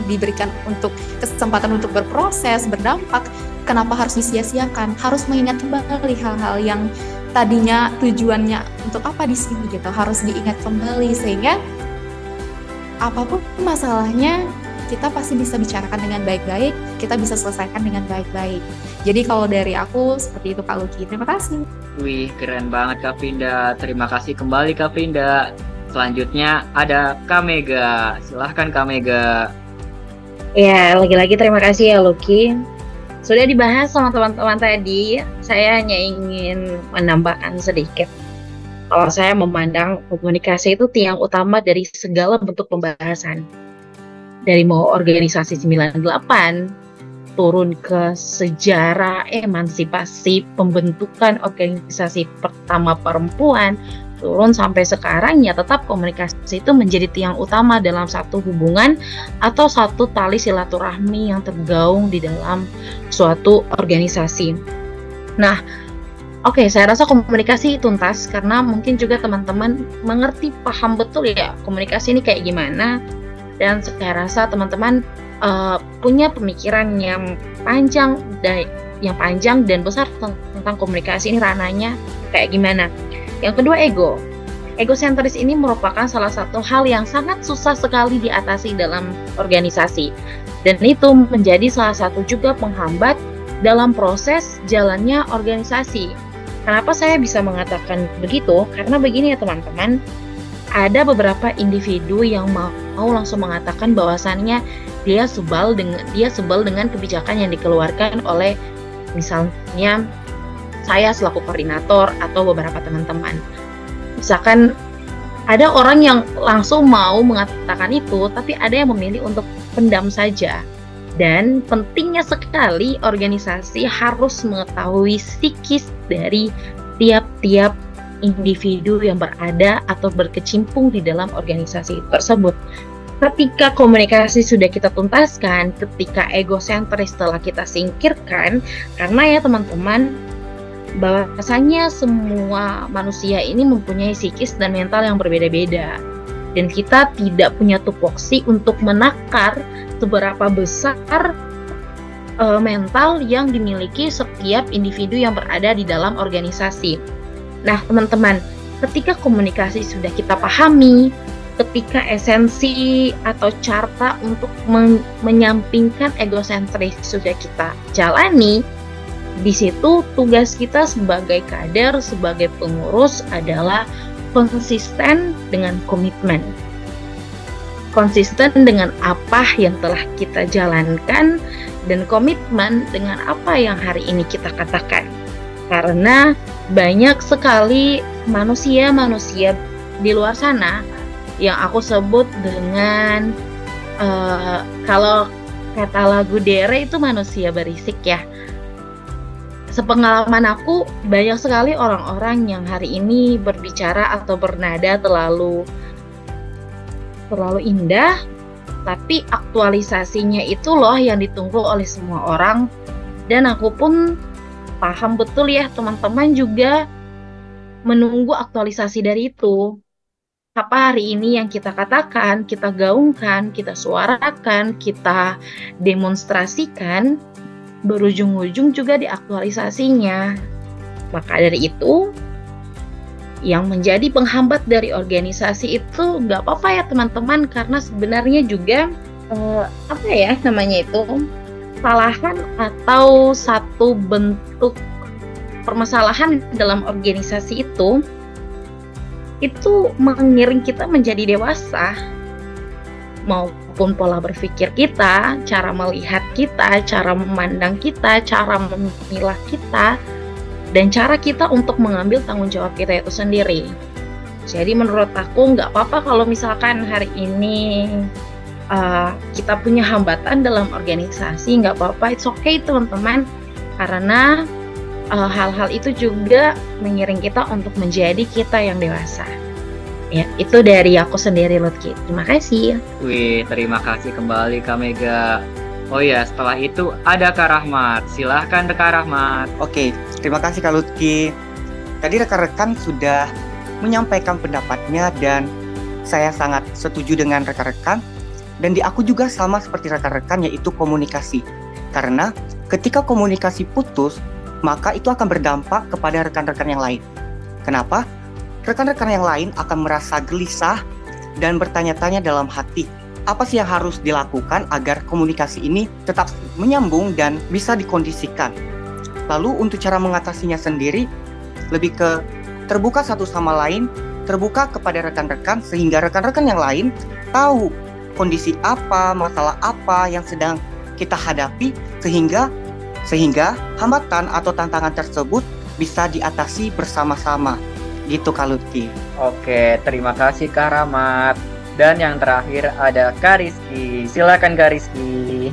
untuk berproses, berdampak, kenapa harus disia-siakan? Harus mengingat kembali hal-hal yang tadinya tujuannya untuk apa di sini gitu, harus diingat kembali sehingga apapun masalahnya kita pasti bisa bicarakan dengan baik-baik, kita bisa selesaikan dengan baik-baik. Jadi kalau dari aku seperti itu Kak Luki. Terima kasih. Wih, keren banget Kak Vinda. Terima kasih kembali Kak Vinda. Selanjutnya ada Kak Mega. Silahkan Kak Mega. Ya, lagi-lagi terima kasih ya Luki. Sudah dibahas sama teman-teman tadi, saya hanya ingin menambahkan sedikit. Kalau saya memandang komunikasi itu tiang utama dari segala bentuk pembahasan. Dari mau organisasi 98, turun ke sejarah emansipasi pembentukan organisasi pertama perempuan, turun sampai sekarang ya tetap komunikasi itu menjadi tiang utama dalam satu hubungan atau satu tali silaturahmi yang tergaung di dalam suatu organisasi. Nah, oke, saya rasa komunikasi tuntas karena mungkin juga teman-teman mengerti, paham betul ya komunikasi ini kayak gimana. Dan saya rasa teman-teman punya pemikiran yang panjang dan besar tentang komunikasi ini ranahnya kayak gimana. Yang kedua, egosentris ini merupakan salah satu hal yang sangat susah sekali diatasi dalam organisasi, dan itu menjadi salah satu juga penghambat dalam proses jalannya organisasi. Kenapa saya bisa mengatakan begitu? Karena begini ya teman-teman, ada beberapa individu yang mau langsung mengatakan bahwasannya dia sebel dengan kebijakan yang dikeluarkan oleh misalnya saya selaku koordinator atau beberapa teman-teman. Misalkan ada orang yang langsung mau mengatakan itu, tapi ada yang memilih untuk pendam saja. Dan pentingnya sekali organisasi harus mengetahui psikis dari tiap-tiap individu yang berada atau berkecimpung di dalam organisasi tersebut. Ketika komunikasi sudah kita tuntaskan, ketika egosentris telah kita singkirkan, karena ya teman-teman, bahwasanya semua manusia ini mempunyai psikis dan mental yang berbeda-beda, dan kita tidak punya tupoksi untuk menakar seberapa besar mental yang dimiliki setiap individu yang berada di dalam organisasi. Nah teman-teman, ketika komunikasi sudah kita pahami, ketika esensi atau carta untuk menyampingkan egosentris sudah kita jalani, di situ tugas kita sebagai kader, sebagai pengurus adalah konsisten dengan komitmen. Konsisten dengan apa yang telah kita jalankan dan komitmen dengan apa yang hari ini kita katakan. Karena banyak sekali manusia-manusia di luar sana yang aku sebut dengan kalau kata lagu Dere itu manusia berisik ya. Sepengalaman aku, banyak sekali orang-orang yang hari ini berbicara atau bernada terlalu terlalu indah, tapi aktualisasinya itu loh yang ditunggu oleh semua orang. Dan aku pun paham betul ya, teman-teman juga menunggu aktualisasi dari itu. Apa hari ini yang kita katakan, kita gaungkan, kita suarakan, kita demonstrasikan, berujung-ujung juga di aktualisasinya. Maka dari itu, yang menjadi penghambat dari organisasi itu nggak apa-apa ya teman-teman, karena sebenarnya juga kesalahan atau satu bentuk permasalahan dalam organisasi itu mengiring kita menjadi dewasa, maupun pola berpikir kita, cara melihat kita, cara memandang kita, cara memilah kita, dan cara kita untuk mengambil tanggung jawab kita itu sendiri. Jadi menurut aku nggak apa-apa kalau misalkan hari ini kita punya hambatan dalam organisasi, nggak apa-apa, it's okay teman-teman, karena hal-hal itu juga mengiring kita untuk menjadi kita yang dewasa. Ya, itu dari aku sendiri, Lutki. Terima kasih. Wih, terima kasih kembali Kak Mega. Oh ya, setelah itu ada Kak Rahmat. Silahkan Kak Rahmat. Oke, terima kasih Kak Lutki. Tadi rekan-rekan sudah menyampaikan pendapatnya dan saya sangat setuju dengan rekan-rekan. Dan di aku juga sama seperti rekan-rekan, yaitu komunikasi. Karena ketika komunikasi putus, maka itu akan berdampak kepada rekan-rekan yang lain. Kenapa? Rekan-rekan yang lain akan merasa gelisah dan bertanya-tanya dalam hati, apa sih yang harus dilakukan agar komunikasi ini tetap menyambung dan bisa dikondisikan. Lalu untuk cara mengatasinya sendiri, lebih ke terbuka satu sama lain, terbuka kepada rekan-rekan sehingga rekan-rekan yang lain tahu kondisi apa, masalah apa yang sedang kita hadapi, sehingga hambatan atau tantangan tersebut bisa diatasi bersama-sama. Gitu Kak Lutki. Oke, terima kasih Kak Rahmat. Dan yang terakhir ada Kak Rizky. Silakan Kak Rizky.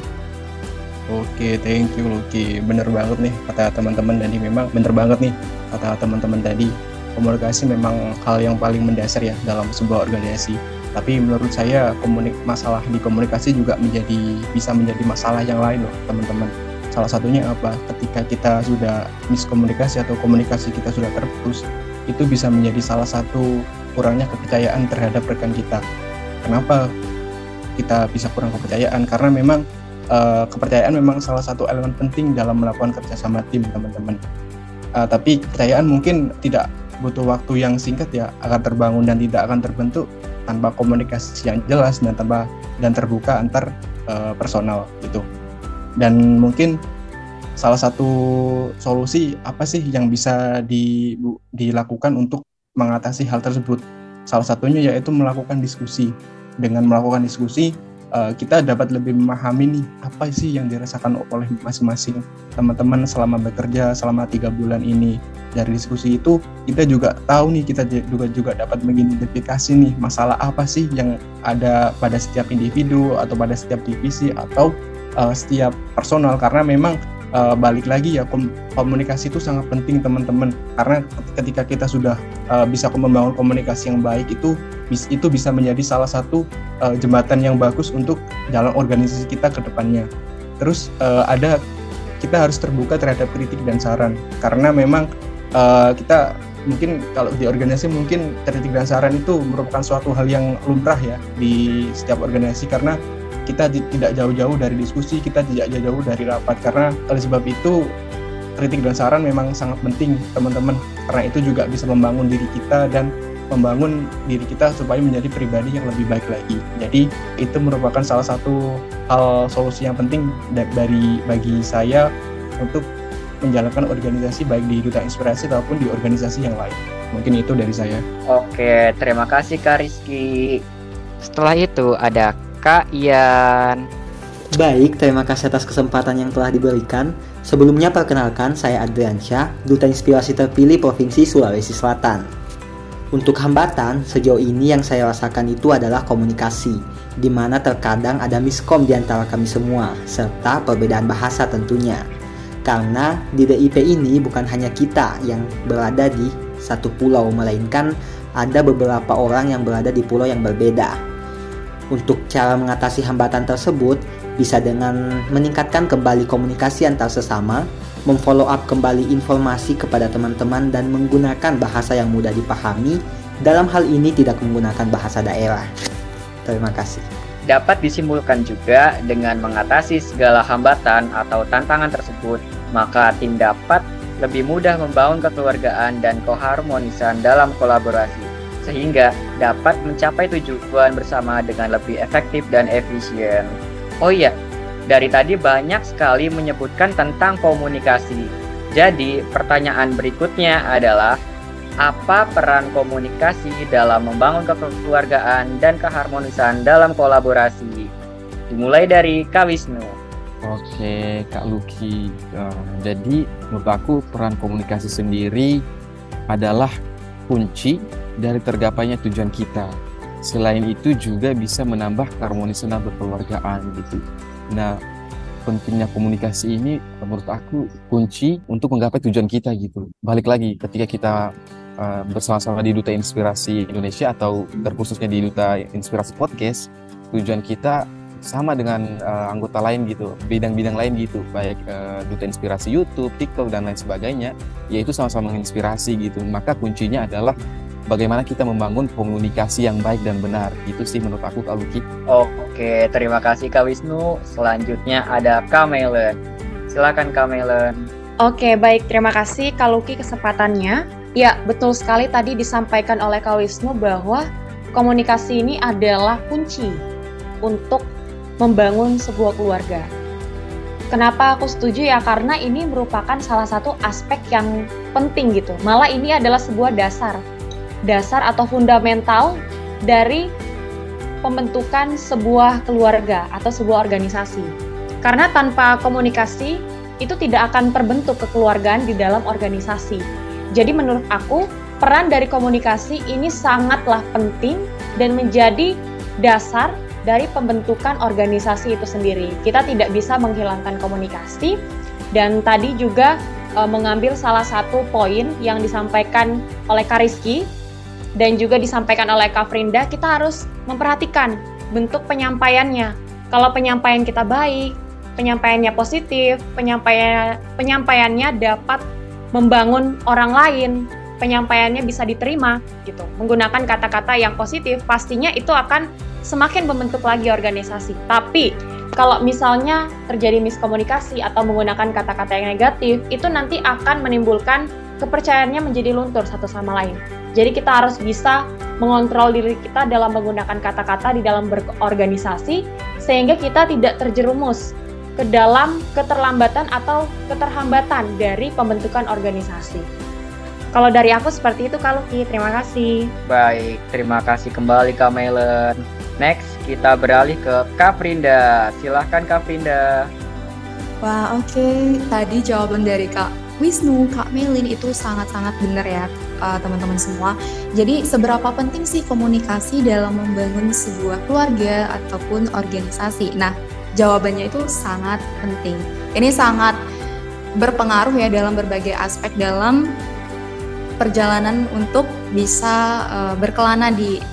Oke, thank you Lucky. Bener banget nih kata teman-teman tadi, memang bener banget nih kata teman-teman tadi. Komunikasi memang hal yang paling mendasar ya dalam sebuah organisasi. Tapi menurut saya masalah di komunikasi juga bisa menjadi masalah yang lain loh teman-teman. Salah satunya apa? Ketika kita sudah miskomunikasi atau komunikasi kita sudah terputus, itu bisa menjadi salah satu kurangnya kepercayaan terhadap rekan kita. Kenapa kita bisa kurang kepercayaan? Karena memang kepercayaan memang salah satu elemen penting dalam melakukan kerja sama tim teman-teman. Tapi kepercayaan mungkin tidak butuh waktu yang singkat ya akan terbangun dan tidak akan terbentuk tanpa komunikasi yang jelas dan terbuka antar personal gitu. Dan mungkin salah satu solusi apa sih yang bisa dilakukan untuk mengatasi hal tersebut? Salah satunya yaitu melakukan diskusi. Dengan melakukan diskusi, kita dapat lebih memahami nih apa sih yang dirasakan oleh masing-masing teman-teman selama bekerja selama 3 bulan ini. Dari diskusi itu kita juga tahu nih, kita juga dapat mengidentifikasi nih masalah apa sih yang ada pada setiap individu atau pada setiap divisi atau setiap personal. Karena memang balik lagi ya, komunikasi itu sangat penting teman-teman, karena ketika kita sudah bisa membangun komunikasi yang baik, itu bisa menjadi salah satu jembatan yang bagus untuk jalan organisasi kita ke depannya. Terus kita harus terbuka terhadap kritik dan saran, karena memang kita mungkin kalau di organisasi mungkin kritik dan saran itu merupakan suatu hal yang lumrah ya di setiap organisasi, karena kita tidak jauh-jauh dari diskusi, kita tidak jauh-jauh dari rapat. Karena oleh sebab itu kritik dan saran memang sangat penting teman-teman, karena itu juga bisa membangun diri kita dan membangun diri kita supaya menjadi pribadi yang lebih baik lagi. Jadi itu merupakan salah satu hal solusi yang penting bagi saya untuk menjalankan organisasi baik di Duta Inspirasi ataupun di organisasi yang lain. Mungkin itu dari saya. Oke, terima kasih Kak Rizky. Setelah itu ada Kak Ian. Baik, terima kasih atas kesempatan yang telah diberikan. Sebelumnya perkenalkan, saya Adriansyah, Duta Inspirasi terpilih Provinsi Sulawesi Selatan. Untuk hambatan, sejauh ini yang saya rasakan itu adalah komunikasi, di mana terkadang ada miskom di antara kami semua, serta perbedaan bahasa tentunya. Karena di DIP ini bukan hanya kita yang berada di satu pulau, melainkan ada beberapa orang yang berada di pulau yang berbeda. Untuk cara mengatasi hambatan tersebut bisa dengan meningkatkan kembali komunikasi antar sesama, memfollow up kembali informasi kepada teman-teman dan menggunakan bahasa yang mudah dipahami. Dalam hal ini tidak menggunakan bahasa daerah. Terima kasih. Dapat disimpulkan juga dengan mengatasi segala hambatan atau tantangan tersebut, maka tim dapat lebih mudah membangun kekeluargaan dan keharmonisan dalam kolaborasi, sehingga dapat mencapai tujuan bersama dengan lebih efektif dan efisien. Oh iya, dari tadi banyak sekali menyebutkan tentang komunikasi. Jadi, pertanyaan berikutnya adalah, apa peran komunikasi dalam membangun kekeluargaan dan keharmonisan dalam kolaborasi? Dimulai dari Kak Wisnu. Oke, Kak Lucky. Jadi, menurut aku peran komunikasi sendiri adalah kunci dari tergapainya tujuan kita. Selain itu juga bisa menambah keharmonisan berkeluargaan gitu. Nah, pentingnya komunikasi ini menurut aku kunci untuk menggapai tujuan kita gitu. Balik lagi ketika kita bersama-sama di Duta Inspirasi Indonesia atau terkhususnya di Duta Inspirasi Podcast, tujuan kita sama dengan anggota lain gitu, bidang-bidang lain gitu, baik Duta Inspirasi YouTube, TikTok, dan lain sebagainya, yaitu sama-sama menginspirasi gitu. Maka kuncinya adalah bagaimana kita membangun komunikasi yang baik dan benar. Itu sih menurut aku, Kak Lucky. Oke, terima kasih Kak Wisnu. Selanjutnya ada Kak Melen. Silakan Kak Melen. Oke, baik. Terima kasih Kak Lucky kesempatannya. Ya, betul sekali tadi disampaikan oleh Kak Wisnu bahwa komunikasi ini adalah kunci untuk membangun sebuah keluarga. Kenapa aku setuju ya? Karena ini merupakan salah satu aspek yang penting gitu. Malah ini adalah sebuah dasar atau fundamental dari pembentukan sebuah keluarga atau sebuah organisasi. Karena tanpa komunikasi itu tidak akan terbentuk kekeluargaan di dalam organisasi. Jadi menurut aku peran dari komunikasi ini sangatlah penting dan menjadi dasar dari pembentukan organisasi itu sendiri. Kita tidak bisa menghilangkan komunikasi, dan tadi juga mengambil salah satu poin yang disampaikan oleh Kak Rizky dan juga disampaikan oleh Kak Frinda, kita harus memperhatikan bentuk penyampaiannya. Kalau penyampaian kita baik, penyampaiannya positif, penyampaiannya dapat membangun orang lain, penyampaiannya bisa diterima gitu. Menggunakan kata-kata yang positif, pastinya itu akan semakin membentuk lagi organisasi. Tapi kalau misalnya terjadi miskomunikasi atau menggunakan kata-kata yang negatif, itu nanti akan menimbulkan kepercayaannya menjadi luntur satu sama lain. Jadi kita harus bisa mengontrol diri kita dalam menggunakan kata-kata di dalam berorganisasi, sehingga kita tidak terjerumus ke dalam keterlambatan atau keterhambatan dari pembentukan organisasi. Kalau dari aku seperti itu, Kak Lucky. Terima kasih. Baik, terima kasih kembali Kak Melen. Next, kita beralih ke Kak Frinda. Silahkan Kak Frinda. Wah, oke. Tadi jawaban dari Kak Wisnu, Kak Melin itu sangat-sangat benar ya, teman-teman semua. Jadi, seberapa penting sih komunikasi dalam membangun sebuah keluarga ataupun organisasi? Nah, jawabannya itu sangat penting. Ini sangat berpengaruh ya dalam berbagai aspek dalam perjalanan untuk bisa berkelana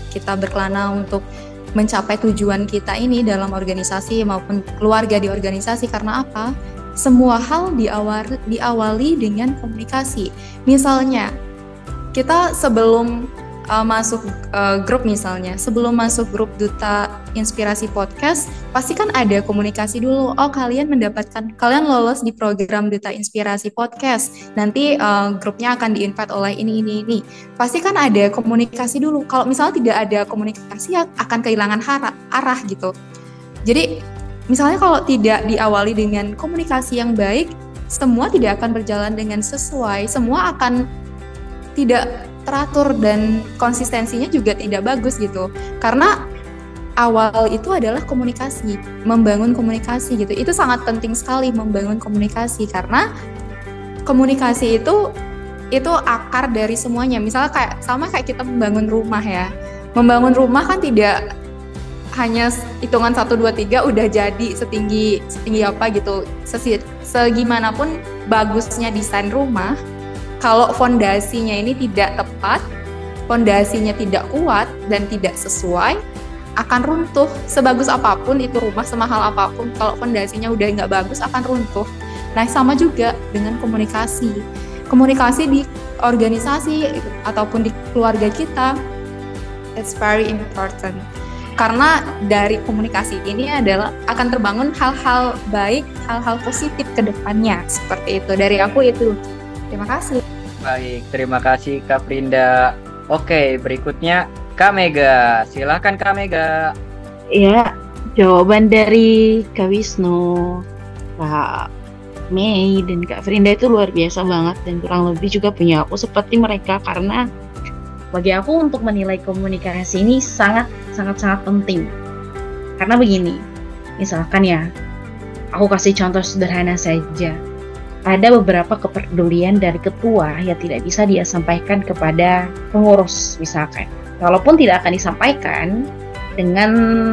untuk mencapai tujuan kita ini dalam organisasi maupun keluarga di organisasi. Karena apa? Semua hal diawali dengan komunikasi. Misalnya, kita sebelum masuk grup misalnya, sebelum masuk grup Duta Inspirasi Podcast, pasti kan ada komunikasi dulu. Oh, kalian lolos di program Duta Inspirasi Podcast. Nanti grupnya akan di-invite oleh ini. Pasti kan ada komunikasi dulu. Kalau misalnya tidak ada komunikasi, ya akan kehilangan arah gitu. Jadi, misalnya kalau tidak diawali dengan komunikasi yang baik, semua tidak akan berjalan dengan sesuai, semua akan tidak teratur dan konsistensinya juga tidak bagus gitu. Karena awal itu adalah komunikasi, membangun komunikasi gitu. Itu sangat penting sekali membangun komunikasi, karena komunikasi itu akar dari semuanya. Misalnya kayak kita membangun rumah ya. Membangun rumah kan tidak hanya hitungan 1 2 3 udah jadi setinggi apa gitu. Segimanapun bagusnya desain rumah, kalau fondasinya ini tidak tepat, fondasinya tidak kuat dan tidak sesuai, akan runtuh. Sebagus apapun itu rumah, semahal apapun, kalau fondasinya udah nggak bagus akan runtuh. Nah, sama juga dengan komunikasi. Komunikasi di organisasi ataupun di keluarga kita, it's very important. Karena dari komunikasi ini adalah akan terbangun hal-hal baik, hal-hal positif ke depannya. Seperti itu. Dari aku itu. Terima kasih. Baik, terima kasih Kak Prinda. Oke, berikutnya Kak Mega. Silakan Kak Mega. Ya, jawaban dari Kak Wisnu, Kak Mei, dan Kak Frinda itu luar biasa banget, dan kurang lebih juga punya aku seperti mereka, karena bagi aku untuk menilai komunikasi ini sangat penting. Karena begini, misalkan ya, aku kasih contoh sederhana saja. Ada beberapa kepedulian dari ketua yang tidak bisa dia sampaikan kepada pengurus misalkan. Walaupun tidak akan disampaikan dengan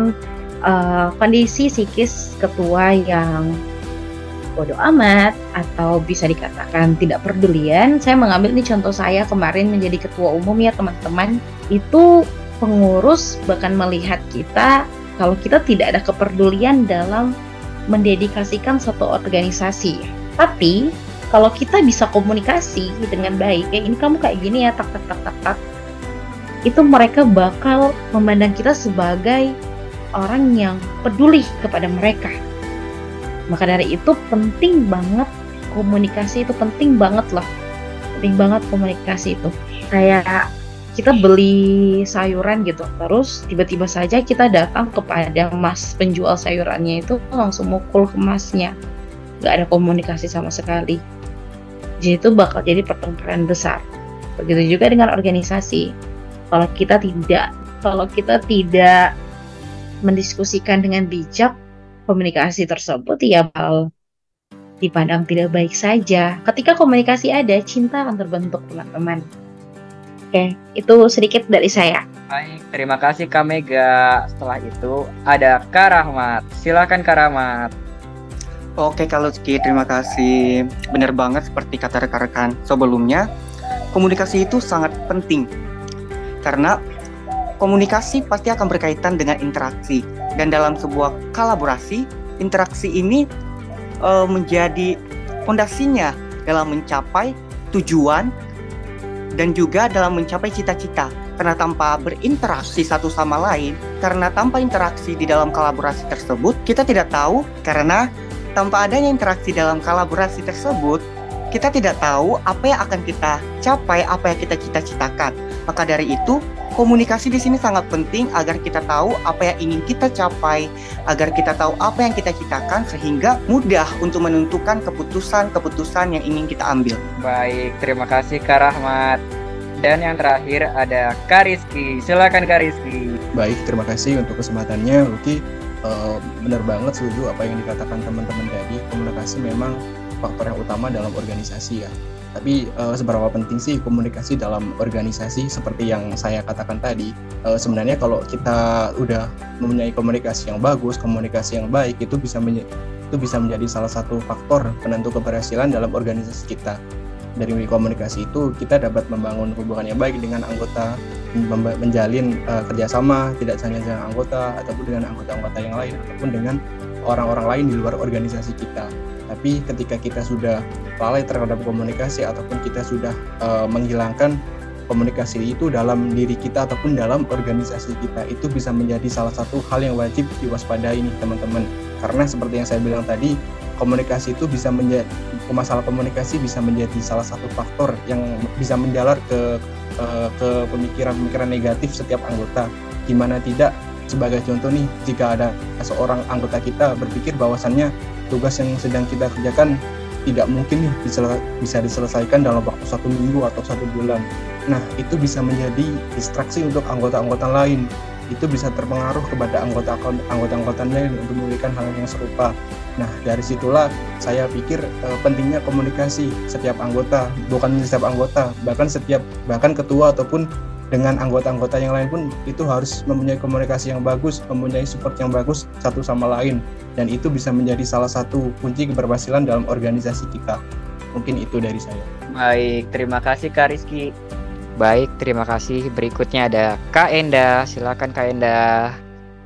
kondisi psikis ketua yang bodoh amat atau bisa dikatakan tidak pedulian. Saya mengambil ini contoh saya kemarin menjadi ketua umum ya teman-teman. Itu pengurus bahkan melihat kita kalau kita tidak ada kepedulian dalam mendedikasikan suatu organisasi. Tapi kalau kita bisa komunikasi dengan baik, ya ini kamu kayak gini ya, tak, itu mereka bakal memandang kita sebagai orang yang peduli kepada mereka. Maka dari itu penting banget komunikasi, itu penting banget loh. Penting banget komunikasi itu. Kayak kita beli sayuran gitu, terus tiba-tiba saja kita datang kepada mas penjual sayurannya itu langsung mukul ke masnya. Gak ada komunikasi sama sekali. Jadi itu bakal jadi pertengkaran besar. Begitu juga dengan organisasi. Kalau kita tidak mendiskusikan dengan bijak, komunikasi tersebut ya bakal dipandang tidak baik saja. Ketika komunikasi ada, cinta akan terbentuk, teman-teman. Oke, itu sedikit dari saya. Baik, terima kasih Kak Mega. Setelah itu ada Kak Rahmat. Silakan Kak Rahmat. Oke Kak Lutfi, terima kasih. Benar banget seperti kata rekan-rekan sebelumnya, komunikasi itu sangat penting. Karena komunikasi pasti akan berkaitan dengan interaksi. Dan dalam sebuah kolaborasi, interaksi ini menjadi fondasinya dalam mencapai tujuan dan juga dalam mencapai cita-cita. Karena tanpa berinteraksi satu sama lain, karena tanpa interaksi di dalam kolaborasi tersebut, kita tidak tahu, karena tanpa adanya interaksi dalam kolaborasi tersebut, kita tidak tahu apa yang akan kita capai, apa yang kita cita-citakan. Maka dari itu, komunikasi di sini sangat penting agar kita tahu apa yang ingin kita capai, agar kita tahu apa yang kita citakan, sehingga mudah untuk menentukan keputusan yang ingin kita ambil. Baik, terima kasih Kak Rahmat. Dan yang terakhir ada Kak Rizky. Silakan Kak Rizky. Baik, terima kasih untuk kesempatannya, Luki. Benar banget setuju apa yang dikatakan teman-teman tadi. Komunikasi memang faktor yang utama dalam organisasi ya. Tapi seberapa penting sih komunikasi dalam organisasi seperti yang saya katakan tadi? Sebenarnya kalau kita udah mempunyai komunikasi yang bagus, komunikasi yang baik, itu bisa menjadi salah satu faktor penentu keberhasilan dalam organisasi kita. Dari komunikasi itu kita dapat membangun hubungan yang baik dengan anggota, menjalin kerjasama tidak hanya dengan anggota ataupun dengan anggota-anggota yang lain ataupun dengan orang-orang lain di luar organisasi kita. Tapi ketika kita sudah lalai terhadap komunikasi ataupun kita sudah menghilangkan komunikasi itu dalam diri kita ataupun dalam organisasi kita, itu bisa menjadi salah satu hal yang wajib diwaspadai nih teman-teman. Karena seperti yang saya bilang tadi, komunikasi itu bisa menjadi masalah komunikasi bisa menjadi salah satu faktor yang bisa menjalar ke pemikiran-pemikiran negatif setiap anggota. Gimana tidak, sebagai contoh nih, jika ada seorang anggota kita berpikir bahwasannya tugas yang sedang kita kerjakan tidak mungkin nih bisa diselesaikan dalam waktu 1 minggu atau 1 bulan. Nah, itu bisa menjadi distraksi untuk anggota-anggota lain. Itu bisa terpengaruh kepada anggota-anggotanya untuk memberikan hal yang serupa. Nah, dari situlah saya pikir pentingnya komunikasi setiap anggota, bukan setiap anggota, bahkan ketua ataupun dengan anggota-anggota yang lain pun itu harus mempunyai komunikasi yang bagus, mempunyai support yang bagus satu sama lain, dan itu bisa menjadi salah satu kunci keberhasilan dalam organisasi kita. Mungkin itu dari saya. Baik, terima kasih Kak Rizky. Baik, terima kasih. Berikutnya ada Kak Enda. Silakan Kak Enda.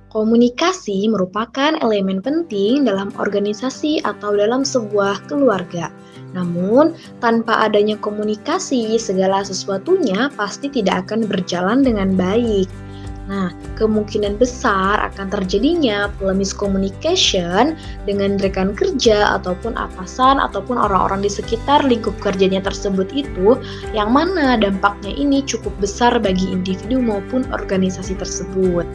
Komunikasi merupakan elemen penting dalam organisasi atau dalam sebuah keluarga. Namun, tanpa adanya komunikasi, segala sesuatunya pasti tidak akan berjalan dengan baik. Nah, kemungkinan besar akan terjadinya miscommunication dengan rekan kerja ataupun atasan ataupun orang-orang di sekitar lingkup kerjanya tersebut itu, yang mana dampaknya ini cukup besar bagi individu maupun organisasi tersebut.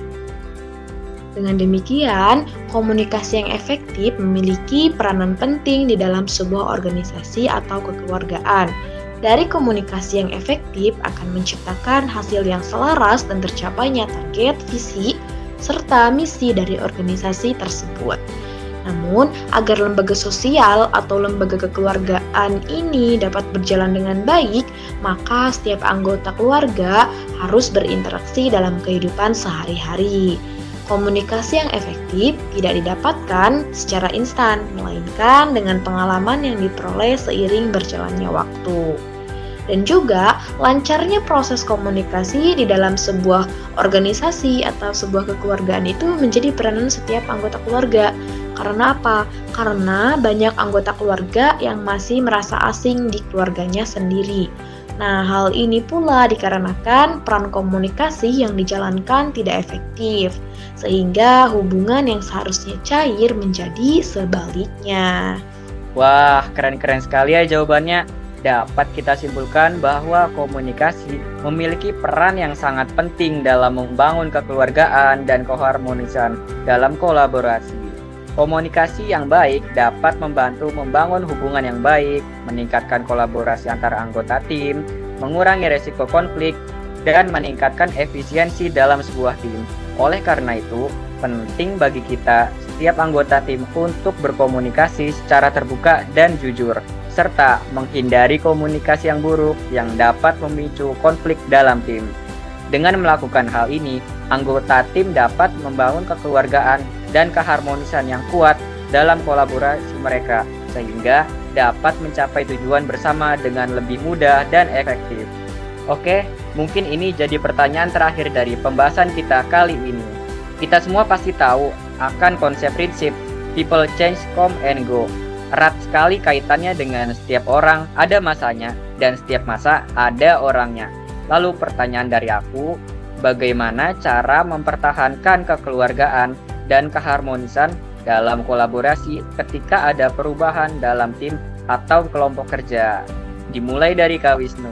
Dengan demikian, komunikasi yang efektif memiliki peranan penting di dalam sebuah organisasi atau kekeluargaan. Dari komunikasi yang efektif akan menciptakan hasil yang selaras dan tercapainya target, visi, serta misi dari organisasi tersebut. Namun, agar lembaga sosial atau lembaga kekeluargaan ini dapat berjalan dengan baik, maka setiap anggota keluarga harus berinteraksi dalam kehidupan sehari-hari. Komunikasi yang efektif tidak didapatkan secara instan, melainkan dengan pengalaman yang diperoleh seiring berjalannya waktu. Dan juga lancarnya proses komunikasi di dalam sebuah organisasi atau sebuah kekeluargaan itu menjadi peranan setiap anggota keluarga. Karena apa? Karena banyak anggota keluarga yang masih merasa asing di keluarganya sendiri. Nah, hal ini pula dikarenakan peran komunikasi yang dijalankan tidak efektif, sehingga hubungan yang seharusnya cair menjadi sebaliknya. Wah, keren-keren sekali ya jawabannya. Dapat kita simpulkan bahwa komunikasi memiliki peran yang sangat penting dalam membangun kekeluargaan dan keharmonisan dalam kolaborasi. Komunikasi yang baik dapat membantu membangun hubungan yang baik, meningkatkan kolaborasi antara anggota tim, mengurangi resiko konflik, dan meningkatkan efisiensi dalam sebuah tim. Oleh karena itu, penting bagi kita, setiap anggota tim untuk berkomunikasi secara terbuka dan jujur, serta menghindari komunikasi yang buruk yang dapat memicu konflik dalam tim. Dengan melakukan hal ini, anggota tim dapat membangun kekeluargaan dan keharmonisan yang kuat dalam kolaborasi mereka, sehingga dapat mencapai tujuan bersama dengan lebih mudah dan efektif. Oke, mungkin ini jadi pertanyaan terakhir dari pembahasan kita kali ini. Kita semua pasti tahu akan konsep prinsip people change, come and go. Erat sekali kaitannya dengan setiap orang ada masanya dan setiap masa ada orangnya. Lalu pertanyaan dari aku, bagaimana cara mempertahankan kekeluargaan dan keharmonisan dalam kolaborasi ketika ada perubahan dalam tim atau kelompok kerja? Dimulai dari Kak Wisnu.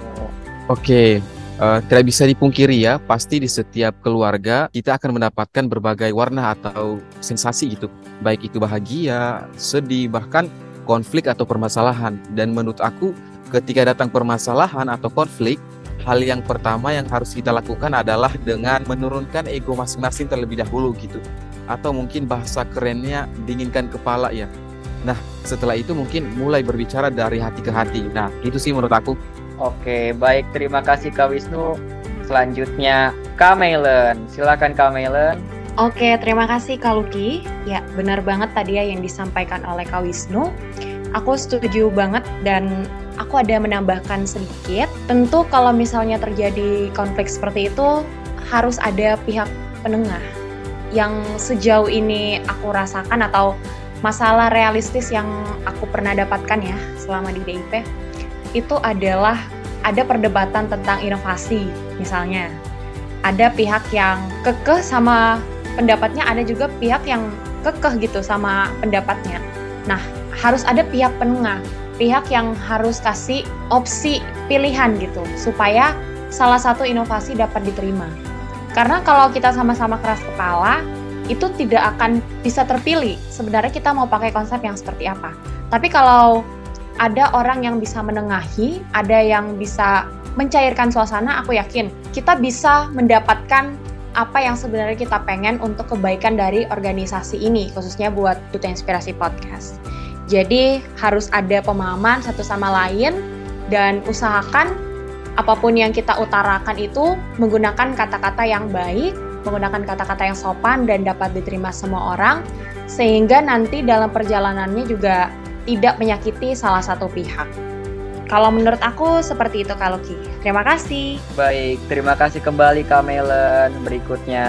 Oke, tidak bisa dipungkiri ya, pasti di setiap keluarga kita akan mendapatkan berbagai warna atau sensasi gitu. Baik itu bahagia, sedih, bahkan konflik atau permasalahan. Dan menurut aku, ketika datang permasalahan atau konflik, hal yang pertama yang harus kita lakukan adalah dengan menurunkan ego masing-masing terlebih dahulu gitu. Atau mungkin bahasa kerennya dinginkan kepala ya. Nah, setelah itu mungkin mulai berbicara dari hati ke hati. Nah, itu sih menurut aku. Oke, baik, terima kasih Kak Wisnu. Selanjutnya Kak Mailen. Silakan Kak Mailen. Oke, terima kasih Kak Lucky. Ya, benar banget tadi ya yang disampaikan oleh Kak Wisnu. Aku setuju banget dan aku ada menambahkan sedikit. Tentu kalau misalnya terjadi konflik seperti itu, harus ada pihak penengah. Yang sejauh ini aku rasakan atau masalah realistis yang aku pernah dapatkan ya selama di DIP, itu adalah ada perdebatan tentang inovasi misalnya. Ada pihak yang kekeh sama pendapatnya, ada juga pihak yang kekeh gitu sama pendapatnya. Nah, harus ada pihak penengah, pihak yang harus kasih opsi pilihan gitu, supaya salah satu inovasi dapat diterima. Karena kalau kita sama-sama keras kepala, itu tidak akan bisa terpilih. Sebenarnya kita mau pakai konsep yang seperti apa. Tapi kalau ada orang yang bisa menengahi, ada yang bisa mencairkan suasana, aku yakin kita bisa mendapatkan apa yang sebenarnya kita pengen untuk kebaikan dari organisasi ini, khususnya buat Duta Inspirasi Podcast. Jadi harus ada pemahaman satu sama lain dan usahakan apapun yang kita utarakan itu menggunakan kata-kata yang baik, menggunakan kata-kata yang sopan dan dapat diterima semua orang, sehingga nanti dalam perjalanannya juga tidak menyakiti salah satu pihak. Kalau menurut aku seperti itu Kak Lucky. Terima kasih. Baik, terima kasih kembali Kak Mailen. Berikutnya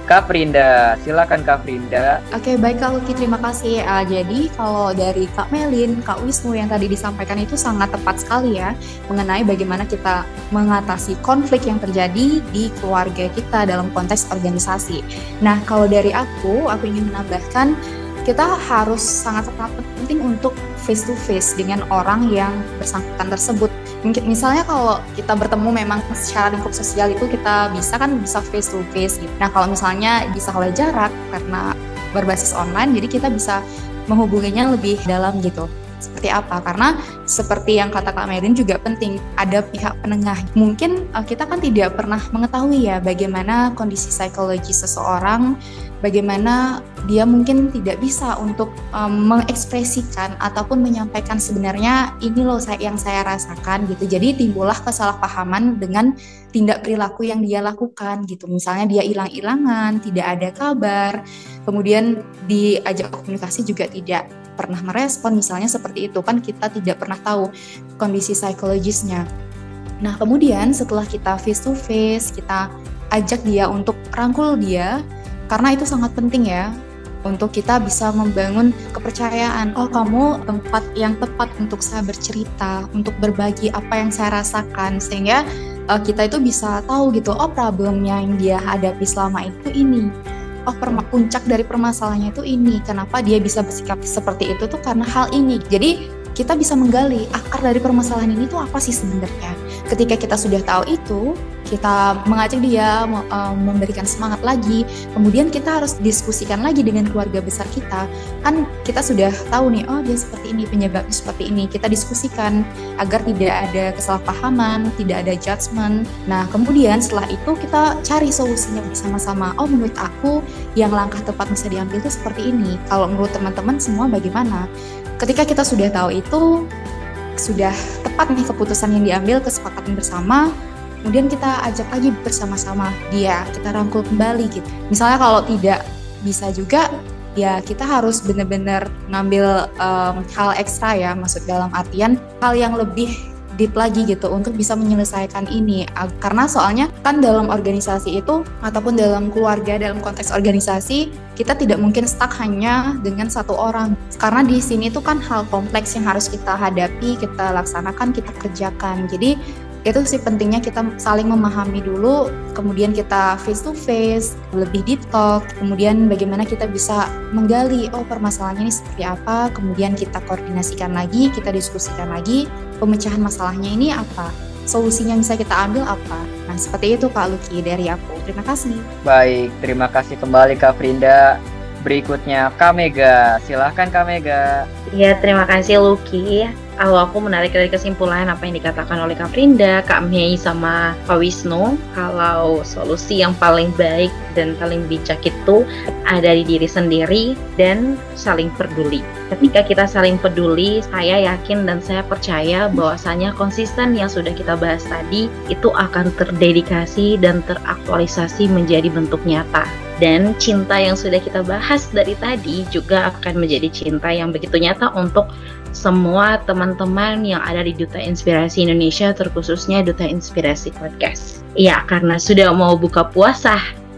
Kak Frinda. Silakan Kak Frinda. Oke, baik Kak Lucky, terima kasih. Jadi kalau dari Kak Melin, Kak Wisnu yang tadi disampaikan itu sangat tepat sekali ya, mengenai bagaimana kita mengatasi konflik yang terjadi di keluarga kita dalam konteks organisasi. Nah, kalau dari aku ingin menambahkan, kita harus sangat penting untuk face to face dengan orang yang bersangkutan tersebut. Misalnya kalau kita bertemu memang secara lingkup sosial itu kita bisa face to face gitu. Nah kalau misalnya bisa oleh jarak karena berbasis online, jadi kita bisa menghubunginya lebih dalam gitu. Seperti apa? Karena seperti yang kata Kak Merin juga penting, ada pihak penengah. Mungkin kita kan tidak pernah mengetahui ya bagaimana kondisi psikologi seseorang, bagaimana dia mungkin tidak bisa untuk mengekspresikan ataupun menyampaikan sebenarnya ini loh yang saya rasakan gitu. Jadi timbullah kesalahpahaman dengan tindak perilaku yang dia lakukan gitu. Misalnya dia hilang-hilangan, tidak ada kabar, kemudian diajak komunikasi juga tidak pernah merespon, misalnya seperti itu kan kita tidak pernah tahu kondisi psikologisnya. Nah kemudian setelah kita face to face, kita ajak dia untuk rangkul dia, karena itu sangat penting ya untuk kita bisa membangun kepercayaan. Oh kamu tempat yang tepat untuk saya bercerita, untuk berbagi apa yang saya rasakan, sehingga kita itu bisa tahu gitu, oh problemnya yang dia hadapi selama itu ini. Oh puncak dari permasalahannya itu ini, kenapa dia bisa bersikap seperti itu tuh karena hal ini. Jadi kita bisa menggali akar dari permasalahan ini tuh apa sih sebenarnya. Ketika kita sudah tahu itu, kita mengajak dia, memberikan semangat lagi, kemudian kita harus diskusikan lagi dengan keluarga besar kita. Kan kita sudah tahu nih, oh dia seperti ini, penyebabnya seperti ini. Kita diskusikan agar tidak ada kesalahpahaman, tidak ada judgement. Nah kemudian setelah itu kita cari solusinya bersama-sama. Oh menurut aku yang langkah tepat bisa diambil itu seperti ini. Kalau menurut teman-teman semua bagaimana? Ketika kita sudah tahu itu, sudah tepat nih keputusan yang diambil, kesepakatan bersama, kemudian kita ajak lagi bersama-sama dia, kita rangkul kembali gitu. Misalnya kalau tidak bisa juga, ya kita harus benar-benar ngambil hal ekstra ya, maksud dalam artian hal yang lebih deep lagi gitu untuk bisa menyelesaikan ini. Karena soalnya kan dalam organisasi itu ataupun dalam keluarga, dalam konteks organisasi, kita tidak mungkin stuck hanya dengan satu orang. Karena di sini tuh kan hal kompleks yang harus kita hadapi, kita laksanakan, kita kerjakan. Jadi itu sih pentingnya kita saling memahami dulu, kemudian kita face to face, lebih deep talk, kemudian bagaimana kita bisa menggali, oh permasalahannya ini seperti apa, kemudian kita koordinasikan lagi, kita diskusikan lagi, pemecahan masalahnya ini apa, solusinya bisa kita ambil apa. Nah seperti itu Kak Lucky dari aku, terima kasih. Baik, terima kasih kembali Kak Frinda. Berikutnya Kak Mega, silahkan Kak Mega. Ya terima kasih Lucky. Kalau aku menarik dari kesimpulan apa yang dikatakan oleh Kak Frinda, Kak Mei, sama Pak Wisnu, kalau solusi yang paling baik dan paling bijak itu ada di diri sendiri dan saling peduli. Ketika kita saling peduli, saya yakin dan saya percaya bahwasanya konsisten yang sudah kita bahas tadi itu akan terdedikasi dan teraktualisasi menjadi bentuk nyata. Dan cinta yang sudah kita bahas dari tadi juga akan menjadi cinta yang begitu nyata untuk semua teman-teman yang ada di Duta Inspirasi Indonesia, terkhususnya Duta Inspirasi Podcast. Ya, karena sudah mau buka puasa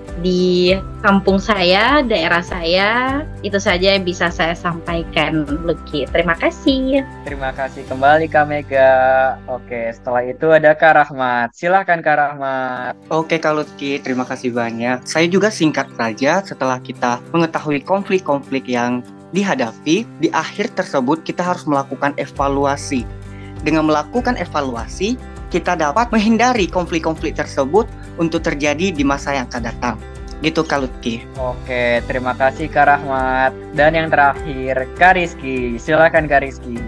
di kampung saya, daerah saya, itu saja yang bisa saya sampaikan, Lucky. Terima kasih. Terima kasih kembali Kak Mega. Oke, setelah itu ada Kak Rahmat. Silahkan Kak Rahmat. Oke Kak Lutfi, terima kasih banyak. Saya juga singkat saja, setelah kita mengetahui konflik-konflik yang dihadapi, di akhir tersebut kita harus melakukan evaluasi. Dengan melakukan evaluasi, kita dapat menghindari konflik-konflik tersebut untuk terjadi di masa yang akan datang. Gitu Kak Lutfi. Oke, terima kasih Kak Rahmat. Dan yang terakhir, Kak Rizky. Silakan Kak Rizky.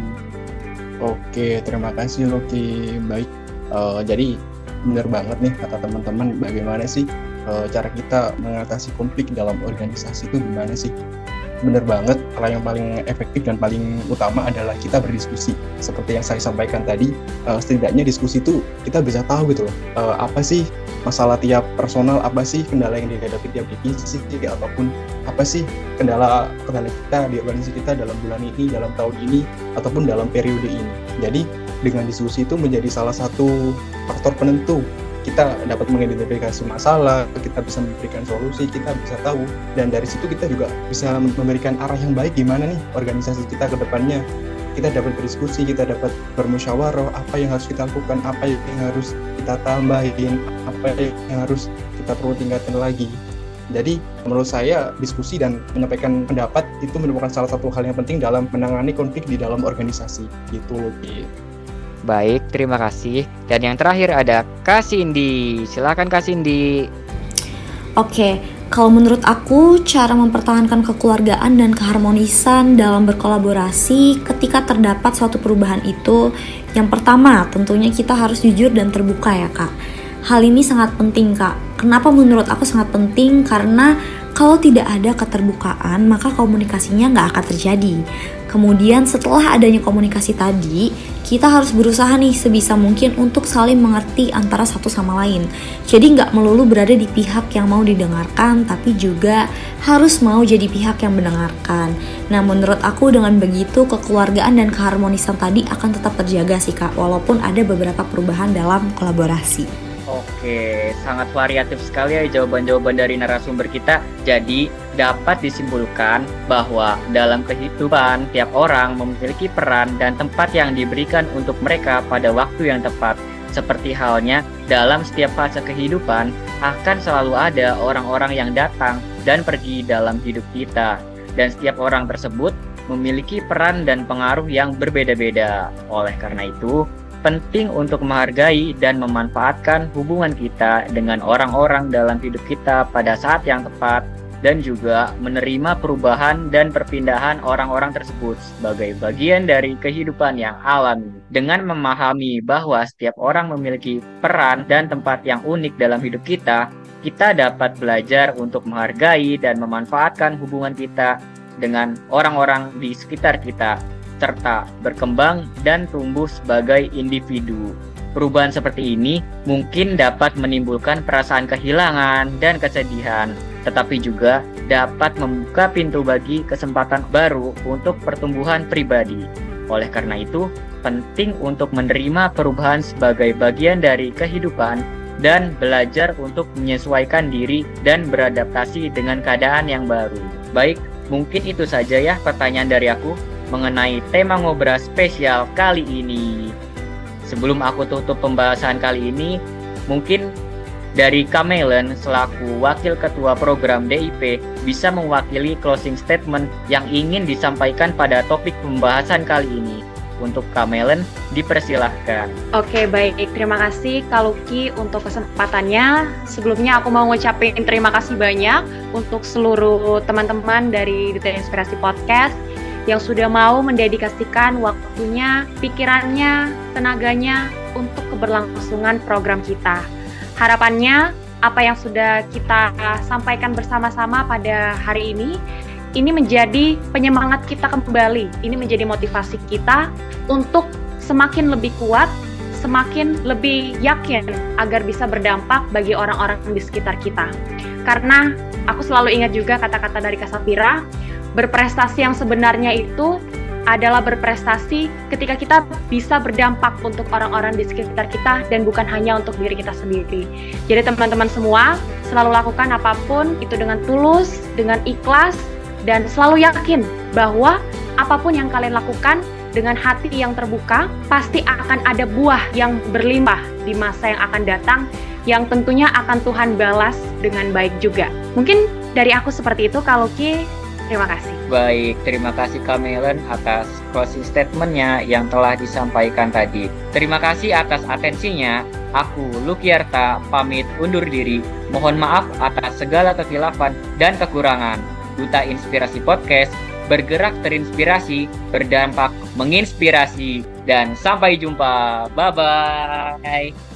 Oke, terima kasih Loki. Baik, jadi benar banget nih kata teman-teman, bagaimana sih cara kita mengatasi konflik dalam organisasi itu gimana sih? Bener banget, hal yang paling efektif dan paling utama adalah kita berdiskusi. Seperti yang saya sampaikan tadi, setidaknya diskusi itu kita bisa tahu gitu loh, apa sih masalah tiap personal, apa sih kendala yang dihadapi tiap divisi, ataupun apa sih kendala kita di organisasi kita dalam bulan ini, dalam tahun ini, ataupun dalam periode ini. Jadi dengan diskusi itu menjadi salah satu faktor penentu kita dapat mengidentifikasi masalah, kita bisa memberikan solusi, kita bisa tahu, dan dari situ kita juga bisa memberikan arah yang baik gimana nih organisasi kita ke depannya. Kita dapat berdiskusi, kita dapat bermusyawarah, apa yang harus kita lakukan, apa yang harus kita tambahin, apa yang harus kita perlu tingkatin lagi. Jadi menurut saya diskusi dan menyampaikan pendapat itu merupakan salah satu hal yang penting dalam menangani konflik di dalam organisasi gitu loh. Baik, terima kasih. Dan yang terakhir ada Kak Cindy. Silakan Kak Cindy. Oke, kalau menurut aku cara mempertahankan kekeluargaan dan keharmonisan dalam berkolaborasi ketika terdapat suatu perubahan itu, yang pertama tentunya kita harus jujur dan terbuka ya Kak. Hal ini sangat penting Kak. Kenapa menurut aku sangat penting? Karena kalau tidak ada keterbukaan maka komunikasinya nggak akan terjadi. Kemudian setelah adanya komunikasi tadi, kita harus berusaha nih sebisa mungkin untuk saling mengerti antara satu sama lain. Jadi nggak melulu berada di pihak yang mau didengarkan, tapi juga harus mau jadi pihak yang mendengarkan. Nah menurut aku dengan begitu kekeluargaan dan keharmonisan tadi akan tetap terjaga sih Kak, walaupun ada beberapa perubahan dalam kolaborasi. Oke, sangat variatif sekali ya jawaban-jawaban dari narasumber kita. Jadi dapat disimpulkan bahwa dalam kehidupan tiap orang memiliki peran dan tempat yang diberikan untuk mereka pada waktu yang tepat. Seperti halnya dalam setiap fase kehidupan akan selalu ada orang-orang yang datang dan pergi dalam hidup kita. Dan setiap orang tersebut memiliki peran dan pengaruh yang berbeda-beda. Oleh karena itu, penting untuk menghargai dan memanfaatkan hubungan kita dengan orang-orang dalam hidup kita pada saat yang tepat, dan juga menerima perubahan dan perpindahan orang-orang tersebut sebagai bagian dari kehidupan yang alami. Dengan memahami bahwa setiap orang memiliki peran dan tempat yang unik dalam hidup kita, kita dapat belajar untuk menghargai dan memanfaatkan hubungan kita dengan orang-orang di sekitar kita, serta berkembang dan tumbuh sebagai individu. Perubahan seperti ini mungkin dapat menimbulkan perasaan kehilangan dan kesedihan, tetapi juga dapat membuka pintu bagi kesempatan baru untuk pertumbuhan pribadi. Oleh karena itu, penting untuk menerima perubahan sebagai bagian dari kehidupan dan belajar untuk menyesuaikan diri dan beradaptasi dengan keadaan yang baru. Baik, mungkin itu saja ya pertanyaan dari aku mengenai tema ngobrol spesial kali ini. Sebelum aku tutup pembahasan kali ini, mungkin dari Kamelen selaku Wakil Ketua Program DIP bisa mewakili closing statement yang ingin disampaikan pada topik pembahasan kali ini. Untuk Kamelen, dipersilahkan. Oke, baik. Terima kasih Kak Lucky untuk kesempatannya. Sebelumnya aku mau ngucapin terima kasih banyak untuk seluruh teman-teman dari Duta Inspirasi Podcast yang sudah mau mendedikasikan waktunya, pikirannya, tenaganya untuk keberlangsungan program kita. Harapannya, apa yang sudah kita sampaikan bersama-sama pada hari ini menjadi penyemangat kita kembali. Ini menjadi motivasi kita untuk semakin lebih kuat, semakin lebih yakin agar bisa berdampak bagi orang-orang di sekitar kita. Karena aku selalu ingat juga kata-kata dari Kak Safira, berprestasi yang sebenarnya itu adalah berprestasi ketika kita bisa berdampak untuk orang-orang di sekitar kita dan bukan hanya untuk diri kita sendiri. Jadi teman-teman semua selalu lakukan apapun itu dengan tulus, dengan ikhlas, dan selalu yakin bahwa apapun yang kalian lakukan dengan hati yang terbuka pasti akan ada buah yang berlimpah di masa yang akan datang, yang tentunya akan Tuhan balas dengan baik juga. Mungkin dari aku seperti itu, Kak Lucky. Terima kasih. Baik, terima kasih Kamelen atas closing statement-nya yang telah disampaikan tadi. Terima kasih atas atensinya. Aku, Lucky Arta, pamit undur diri. Mohon maaf atas segala kekhilafan dan kekurangan. Duta Inspirasi Podcast, bergerak terinspirasi, berdampak menginspirasi, dan sampai jumpa. Bye-bye.